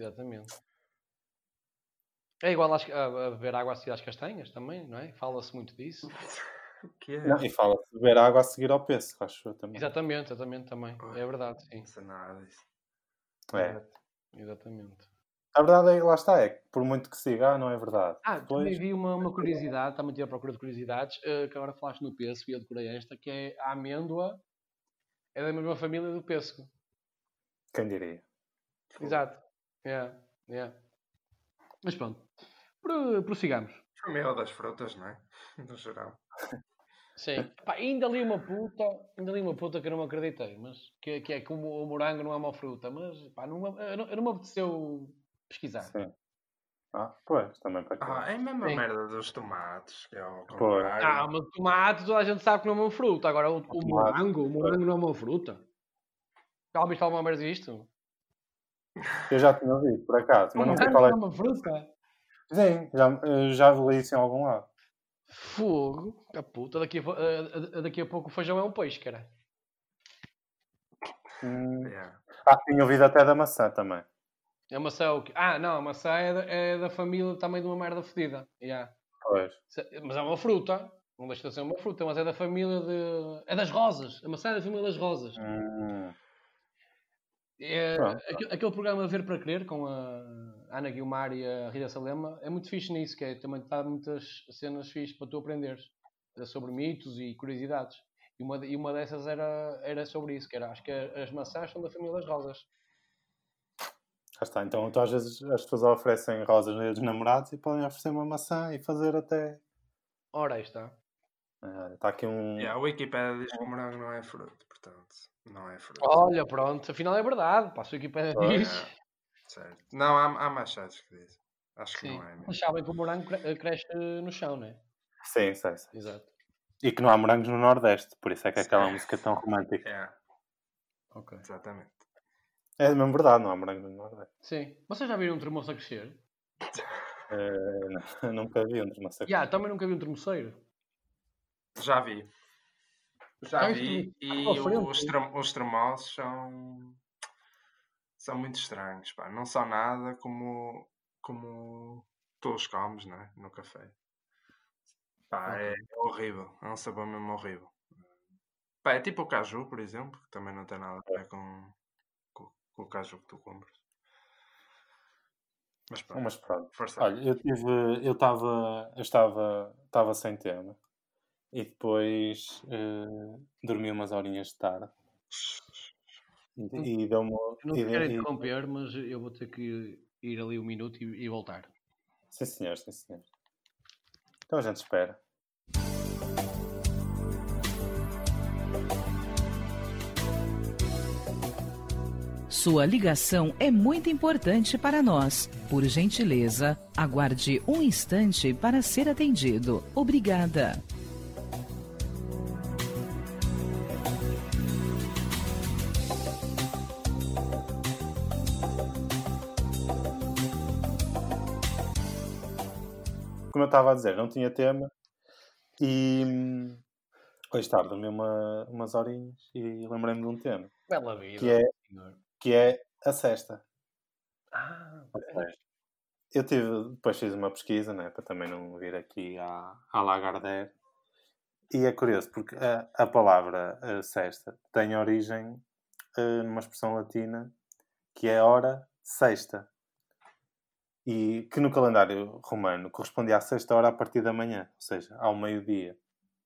Speaker 2: É igual a beber água assim às castanhas também, não é? Fala-se muito disso.
Speaker 1: O que é?
Speaker 3: Não, e fala-se de beber água a seguir ao pêssego, acho eu também.
Speaker 2: Exatamente também. É verdade, sim.
Speaker 1: Não sei nada disso.
Speaker 2: Exatamente.
Speaker 3: A verdade é, lá está, por muito que siga, não é verdade.
Speaker 2: Também vi uma curiosidade, também tive a procura de curiosidades, que agora falaste no pêssego e eu decorei esta, que é a amêndoa é da mesma família do pêssego.
Speaker 3: Quem diria?
Speaker 2: Exato. Mas pronto, prossigamos.
Speaker 1: Família das frutas, não é? No geral.
Speaker 2: Sim. Ainda li uma puta que eu não me acreditei, mas que é como o morango não é uma fruta, mas não me apeteceu pesquisar.
Speaker 3: Sim. Pois, também para quê?
Speaker 1: É a mesma merda dos tomates, que é ao contrário.
Speaker 2: Mas tomate toda a gente sabe que não é uma fruta. Agora o morango não é uma fruta. Já ouviste alguma vez disto?
Speaker 3: Eu já tinha ouvido, por acaso, mas não sei qual é.
Speaker 2: Não é uma fruta?
Speaker 3: Sim, já li isso em algum lado.
Speaker 2: Fogo, a puta, daqui a pouco o feijão é um peixe, cara.
Speaker 3: Tinha ouvido até da maçã também.
Speaker 2: A maçã é o quê? Não, a maçã é da família também de uma merda fedida. Yeah.
Speaker 3: Pois.
Speaker 2: Mas é uma fruta. Não deixa de ser uma fruta, mas é da família de... É das rosas. A maçã é da família das rosas. Aquele programa Ver para Crer, com a Ana Guilmar e a Rita Salema, é muito fixe nisso, que também está muitas cenas fixes para tu aprenderes sobre mitos e curiosidades. E uma dessas era sobre isso, que era, acho que as maçãs são da família das rosas.
Speaker 3: Está. Então às vezes as pessoas oferecem rosas no dia dos namorados e podem oferecer uma maçã e fazer até...
Speaker 2: Ora, aí está.
Speaker 3: Está aqui
Speaker 1: a Wikipédia diz que o morango não é fruto, portanto, não é fruto.
Speaker 2: Olha, pronto, afinal é verdade. Passa a Wikipédia diz.
Speaker 1: Certo. Não, há mais sites que dizem. Acho que
Speaker 2: Sim.
Speaker 1: não é mesmo.
Speaker 2: Mas sabem que o morango cresce no chão, não é?
Speaker 3: Sim, sei.
Speaker 2: Exato.
Speaker 3: E que não há morangos no Nordeste, por isso é que aquela música é tão romântica.
Speaker 1: Ok. Exatamente.
Speaker 3: É mesmo verdade, não há morangos no Nordeste.
Speaker 2: Sim. Vocês já viram um tremoço a crescer?
Speaker 3: Não, nunca vi um tremoço a crescer.
Speaker 2: Também nunca vi um tremoceiro.
Speaker 1: Já vi. E os tremoços são muito estranhos, pá. Não são nada como tu os comes, não é? No café. Pá, é horrível. É um sabor mesmo horrível. Pá, é tipo o caju, por exemplo, que também não tem nada a ver com o caju que tu compras. Mas pronto.
Speaker 3: Olha, eu estava sem tema e depois dormi umas horinhas de tarde e deu-me...
Speaker 2: Não te quero interromper, mas eu vou ter que ir ali um minuto e voltar.
Speaker 3: Sim, senhor. Então a gente espera.
Speaker 4: Sua ligação é muito importante para nós. Por gentileza, aguarde um instante para ser atendido. Obrigada.
Speaker 3: Como eu estava a dizer, não tinha tema e hoje tarde dormi umas horinhas e lembrei-me de um tema.
Speaker 2: Bela vida.
Speaker 3: Que é a sesta.
Speaker 2: Eu
Speaker 3: depois fiz uma pesquisa, né, para também não vir aqui à Lagardère. E é curioso, porque a palavra sesta tem origem numa expressão latina que é hora sexta. E que no calendário romano correspondia à sexta hora a partir da manhã, ou seja, ao meio-dia.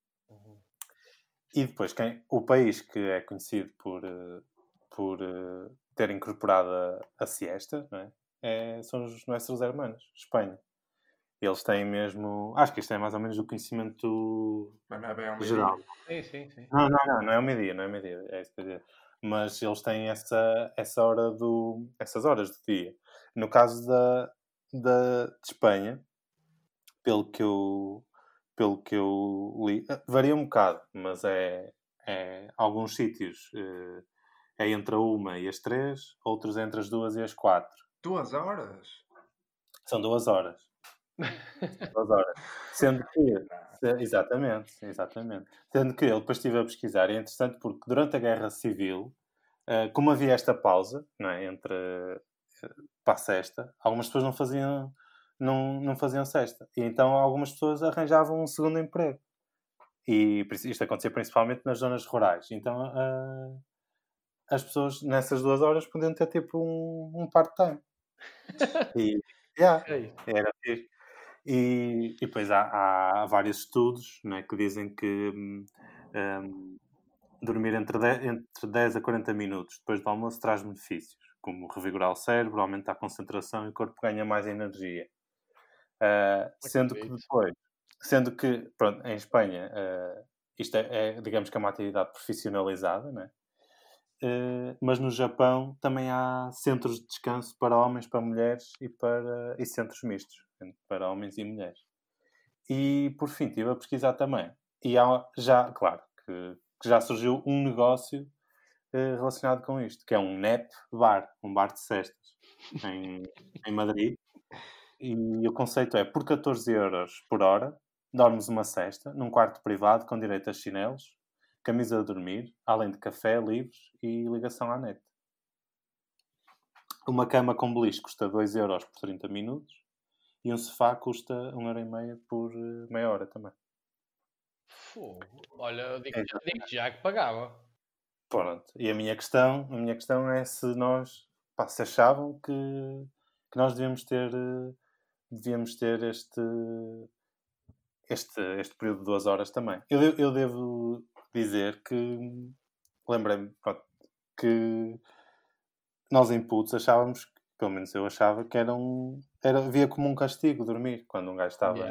Speaker 3: E depois, o país que é conhecido por ter incorporado a siesta, não é? São os nossos hermanos, Espanha. Eles têm mesmo... Acho que isto é mais ou menos o conhecimento geral.
Speaker 2: Sim.
Speaker 3: Não é o meio-dia, é isso que eu dizer. Mas eles têm essas horas do dia. No caso de Espanha, pelo que eu li, varia um bocado, mas alguns sítios é entre a 1 e as 3, outros entre as 2 e as 4.
Speaker 1: 2 horas?
Speaker 3: São 2 horas. 2 horas. Sendo que... Exatamente. Sendo que eu depois estive a pesquisar, e é interessante porque durante a Guerra Civil, como havia esta pausa, não é, entre para a sesta, algumas pessoas não faziam sesta. E então algumas pessoas arranjavam um segundo emprego. E isto acontecia principalmente nas zonas rurais. Então as pessoas nessas 2 horas podiam ter tipo um part-time. Era fixe. E depois há vários estudos, não é, que dizem que dormir entre 10 a 40 minutos depois do almoço traz benefícios, como revigorar o cérebro, aumentar a concentração e o corpo ganha mais energia. Sendo que pronto, em Espanha isto digamos que é uma atividade profissionalizada, não é? Mas no Japão também há centros de descanso para homens, para mulheres e centros mistos para homens e mulheres. E por fim estive a pesquisar também e claro que já surgiu um negócio relacionado com isto, que é um nap bar, um bar de cestas em Madrid. E o conceito é, por 14 euros por hora, dormes uma cesta num quarto privado com direito a chinelos, camisa de dormir, além de café, livros e ligação à net. uma cama com beliche custa 2€ por 30 minutos e um sofá custa 1,5€ por meia hora também.
Speaker 2: Olha, eu digo já que pagava.
Speaker 3: Pronto. E a minha questão é se nós se achavam que nós devíamos ter este período de 2 horas também. Eu devo dizer que lembrei-me que nós em putos achávamos, pelo menos eu achava, que havia como um castigo dormir quando um gajo estava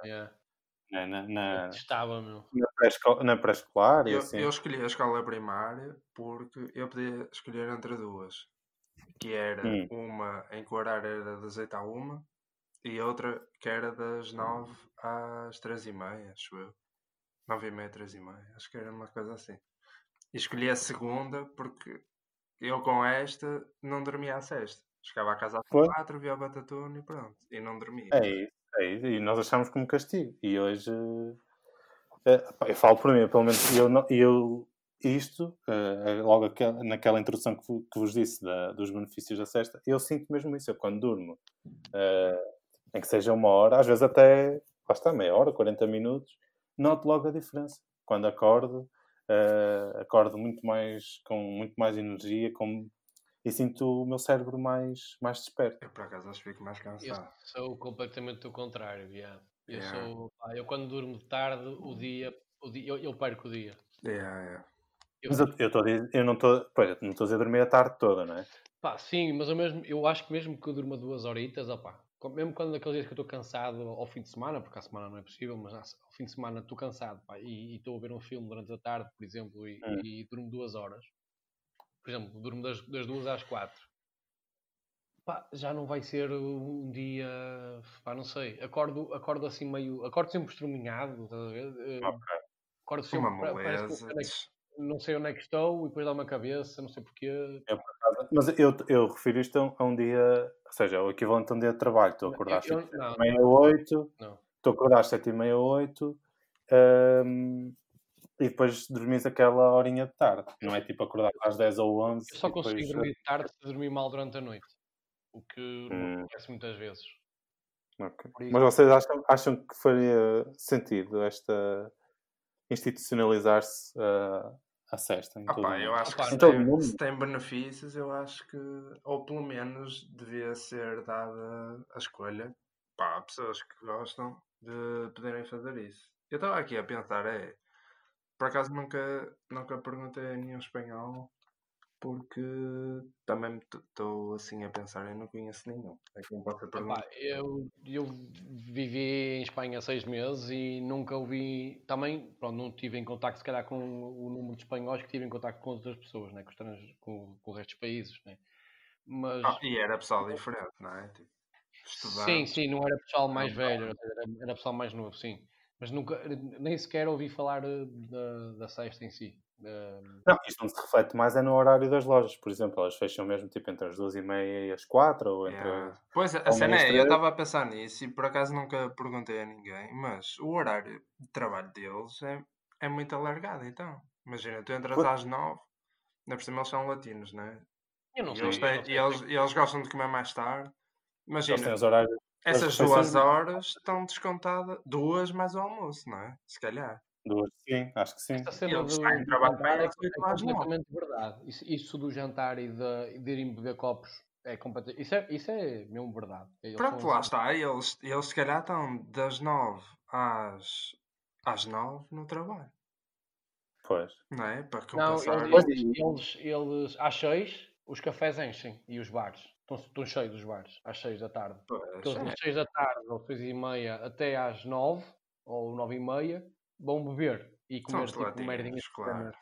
Speaker 3: na pré-escolar e assim.
Speaker 1: Eu escolhi a escola primária porque eu podia escolher entre duas, que era uma em que o horário era das 8 à 1 e outra que era das 9 às 3h30, acho eu. 9h30, 3h30, acho que era uma coisa assim. E escolhi a segunda porque eu com esta não dormia à sexta. Chegava a casa às 4, via o Batatune e pronto. E não dormia.
Speaker 3: É isso. E nós achámos como castigo. E hoje... eu falo por mim, pelo menos logo naquela introdução que vos disse dos benefícios da sexta, eu sinto mesmo isso. Eu quando durmo, em que seja 1 hora, às vezes até, lá está, meia hora, 40 minutos, noto logo a diferença. Quando acordo com muito mais energia, e sinto o meu cérebro mais desperto.
Speaker 1: Eu, por acaso, acho que fico mais cansado.
Speaker 2: Eu sou completamente o contrário, eu quando durmo de tarde, eu perco o dia.
Speaker 3: Mas eu não estou a dizer dormir a tarde toda, não é?
Speaker 2: Sim, mas eu acho que mesmo que eu durma 2 horitas, mesmo quando naqueles dias que eu estou cansado ao fim de semana, porque à semana não é possível, mas ao fim de semana estou cansado, e estou a ver um filme durante a tarde, por exemplo, e durmo 2 horas. Por exemplo, durmo das 2 às 4. Já não vai ser um dia, não sei, acordo assim meio, acordo sempre estruminhado, estás a ver? Acordo sempre, parece que não sei onde é que estou, e depois dá uma cabeça, não sei porquê.
Speaker 3: Mas eu refiro isto a um dia, ou seja, o equivalente a um dia de trabalho. Estou a acordar às 7h30, 8, estou a acordar às 7h30, 8, e depois dormis aquela horinha de tarde. Não é tipo acordar às 10 ou 11.
Speaker 2: Eu só consigo dormir de tarde se dormir mal durante a noite. O que não acontece muitas vezes.
Speaker 3: Okay. Mas vocês acham que faria sentido esta institucionalizar-se a sexta em todo o mundo?
Speaker 1: Eu acho que se tem benefícios, eu acho que, ou pelo menos, devia ser dada a escolha a pessoas que gostam de poderem fazer isso. Eu estava aqui a pensar, por acaso nunca perguntei a nenhum espanhol, porque também estou assim a pensar, eu não conheço nenhum.
Speaker 2: Eu vivi em Espanha 6 meses e nunca ouvi, também, não estive em contacto se calhar com o número de espanhóis que tive em contacto com outras pessoas, né? Com o resto dos países, né? Mas...
Speaker 1: e era pessoal diferente, não é? Tipo,
Speaker 2: sim, não era pessoal mais velho, era pessoal mais novo, sim. Mas nem sequer ouvi falar da sexta em si.
Speaker 3: Não, isto não se reflete mais no horário das lojas, por exemplo, elas fecham mesmo tipo entre as 2h30 e as 4, ou entre...
Speaker 1: Pois, a cena eu estava a pensar nisso e por acaso nunca perguntei a ninguém, mas o horário de trabalho deles é muito alargado, então. Imagina, tu entras às 9, ainda por cima eles são latinos, não é?
Speaker 2: Eu não sei.
Speaker 1: Eles gostam de comer mais tarde. Imagina,
Speaker 3: horários,
Speaker 1: essas 2 horas estão descontadas, 2 mais o almoço, não é? Se calhar.
Speaker 3: 2, sim, acho que sim.
Speaker 2: Esta cena do jantar é completamente verdade. Isso do jantar e de irem beber copos é completamente... Isso é mesmo verdade.
Speaker 1: Pronto, lá está. Eles se calhar estão das 9 às 9 no trabalho.
Speaker 3: Pois.
Speaker 1: Não é? Para compensar...
Speaker 2: Eles às 6 os cafés enchem e os bares. Estão cheios os bares às 6 da tarde. Porque eles das 6 da tarde ou 6h30 até às 9 ou 9h30 vão beber e comer tipo merdinhas.
Speaker 1: Claro.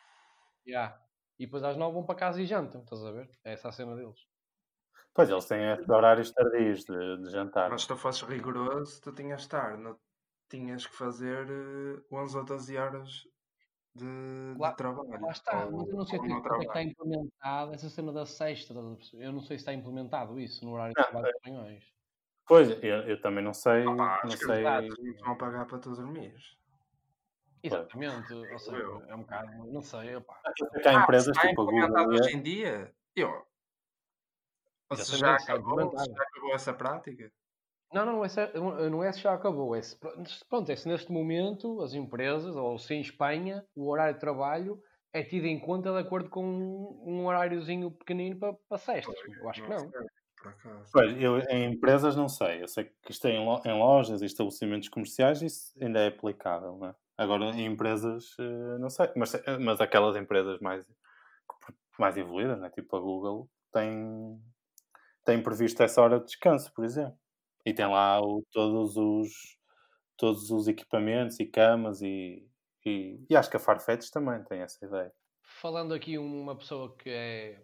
Speaker 2: E depois às 9 vão para casa e jantam, estás a ver? É essa a cena deles.
Speaker 3: Pois, eles têm esses horários tardios de jantar.
Speaker 1: Mas se tu fosses rigoroso, tu tinhas de estar, tinhas que fazer 11 ou 12 horas de trabalho.
Speaker 2: Lá está, mas eu não sei como é que está implementado essa cena da sexta. Eu não sei se está implementado isso no horário de trabalho espanhóis.
Speaker 3: Pois, eu também não sei.
Speaker 1: Não sei. Vão pagar para tu dormires.
Speaker 2: Exatamente, ou seja, é um bocado, não sei,
Speaker 3: Há empresas tipo a Google
Speaker 1: hoje em dia, Ou seja, já acabou essa prática?
Speaker 2: Não é se já acabou. Pronto, é se neste momento as empresas, ou se em Espanha, o horário de trabalho é tido em conta de acordo com um horáriozinho pequenino para cestas. Eu acho que não.
Speaker 3: Pois, eu em empresas não sei. Eu sei que isto é em lojas e estabelecimentos comerciais, isso ainda é aplicável, não é? Agora, em empresas, não sei. Mas aquelas empresas mais evoluídas, né? Tipo a Google, têm previsto essa hora de descanso, por exemplo. E tem lá todos os equipamentos e camas e acho que a Farfetch também tem essa ideia.
Speaker 2: Falando aqui uma pessoa que é...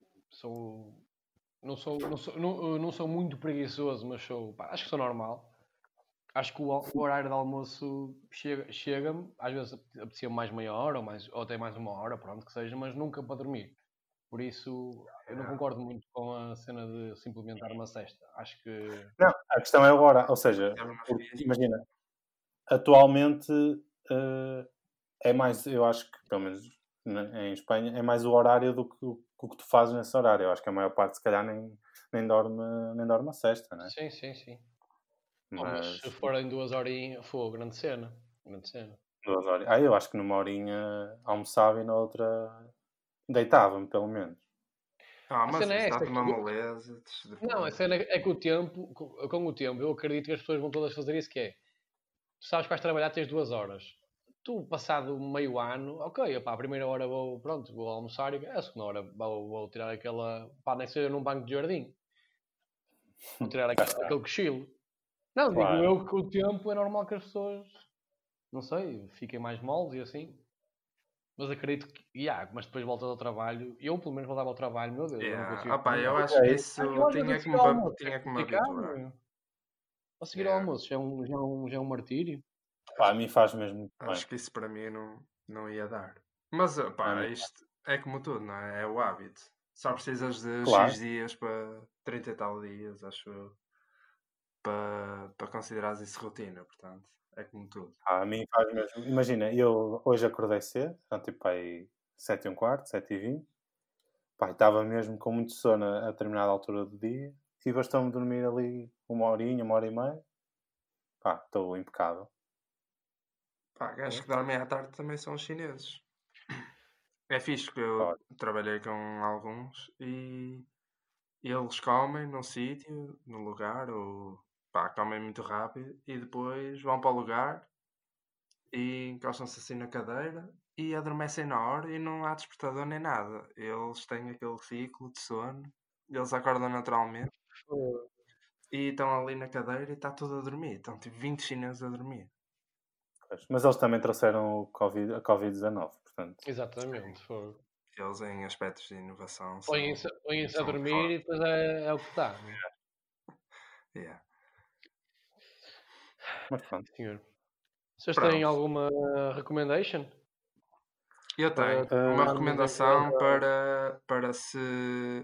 Speaker 2: não sou muito preguiçoso, mas acho que sou normal. Acho que o horário de almoço chega-me, às vezes apetecia mais meia hora ou até mais uma hora, pronto, que seja, mas nunca para dormir. Por isso, eu não concordo muito com a cena de se implementar uma cesta. Acho que...
Speaker 3: Não, a questão é o horário. Ou seja, imagina, atualmente é mais, eu acho que, pelo menos em Espanha, é mais o horário do que o que tu fazes nesse horário. Eu acho que a maior parte, se calhar, nem dorme a sesta, não é?
Speaker 2: Sim. Mas se forem 2 horinhas, foi grande cena.
Speaker 3: 2 horas. Eu acho que numa horinha almoçava e na outra deitava-me, pelo menos.
Speaker 1: Mas está-te uma moleza.
Speaker 2: Não, a cena é que com o tempo, eu acredito que as pessoas vão todas fazer isso, que é... Tu sabes que vais trabalhar, tens 2 horas. Tu, passado meio ano, ok, a primeira hora vou almoçar e a segunda hora vou tirar aquela... nem seja num banco de jardim. Vou tirar aquele cochilo. Não, claro. Digo eu que com o tempo é normal que as pessoas, não sei, fiquem mais moles e assim. Mas acredito que, mas depois voltas ao trabalho. Eu, pelo menos, voltava ao trabalho, meu Deus.
Speaker 1: Eu não consigo. Eu acho que isso tinha que me habituar.
Speaker 2: A seguir ao almoço já é um martírio.
Speaker 3: A mim faz mesmo.
Speaker 1: Acho que isso para mim não ia dar. Mas, isto é como tudo, não é? É o hábito. Só precisas de X dias para 30 e tal dias, acho eu, para considerares isso rotina, portanto, é como tudo.
Speaker 3: A mim faz mesmo. Imagina, eu hoje acordei cedo, tipo aí 7h15, 7h20. Estava mesmo com muito sono a determinada altura do dia e bastou-me dormir ali uma horinha, uma hora e meia. Estou impecável.
Speaker 1: Gajos que dormem à tarde também são os chineses. É fixe que eu trabalhei com alguns e eles comem num sítio, num lugar, ou comem muito rápido e depois vão para o lugar e encostam-se assim na cadeira e adormecem na hora e não há despertador nem nada. Eles têm aquele ciclo de sono, eles acordam naturalmente e estão ali na cadeira e está tudo a dormir. Estão tipo 20 chineses a dormir.
Speaker 3: Mas eles também trouxeram a Covid-19, portanto.
Speaker 2: Exatamente.
Speaker 1: Eles em aspectos de inovação
Speaker 2: põem-se a dormir e depois é o que está.
Speaker 1: Yeah.
Speaker 3: Mas pronto.
Speaker 2: Senhor. Vocês têm alguma recommendation?
Speaker 1: Eu tenho uma recomendação para se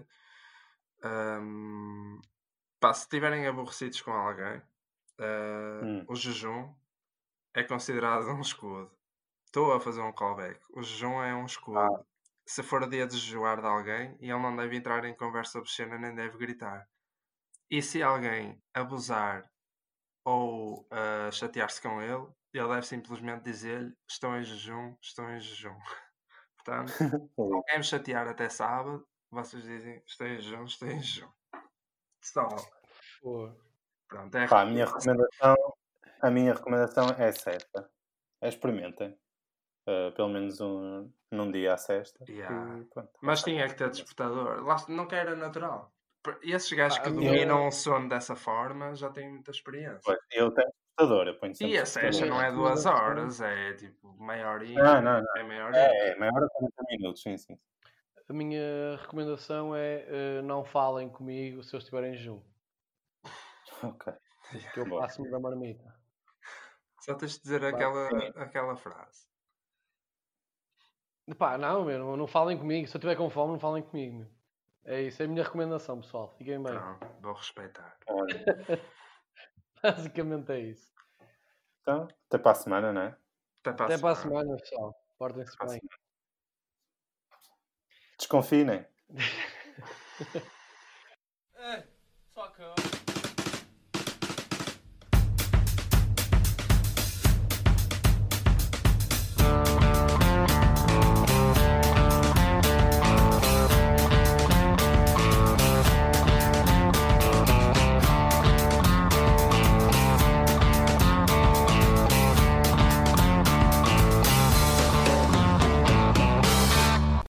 Speaker 1: se estiverem aborrecidos com alguém, o jejum é considerado um escudo. Estou a fazer um callback. O jejum é um escudo. Se for dia de jejuar de alguém, ele não deve entrar em conversa obscena nem deve gritar. E se alguém abusar ou chatear-se com ele deve simplesmente dizer-lhe: estou em jejum. Portanto, se alguém me chatear até sábado, vocês dizem: estou em jejum. Só. Pronto,
Speaker 3: a minha recomendação é sexta. Experimentem. Pelo menos num dia à sexta.
Speaker 1: Mas tinha que ter despertador. Não que era natural. Esses gajos que dominam o sono dessa forma já têm muita experiência.
Speaker 3: Pois, eu tenho despertador. Eu ponho
Speaker 1: e a sexta não é 2 horas, é tipo meia horinha.
Speaker 3: Não.
Speaker 1: É meia horinha.
Speaker 3: É meia hora, 40 minutos, sim.
Speaker 2: A minha recomendação é não falem comigo se eu estiver em jejum.
Speaker 3: Ok.
Speaker 2: Que eu passo-me da marmita.
Speaker 1: Só tens de dizer aquela frase.
Speaker 2: Não falem comigo. Se eu estiver com fome, não falem comigo. Meu. É isso, é a minha recomendação, pessoal. Fiquem bem.
Speaker 1: Não, vou respeitar.
Speaker 2: Basicamente é isso.
Speaker 3: Então, até para a semana, não é?
Speaker 2: Até para a semana, pessoal. Portem-se bem.
Speaker 3: Desconfinem.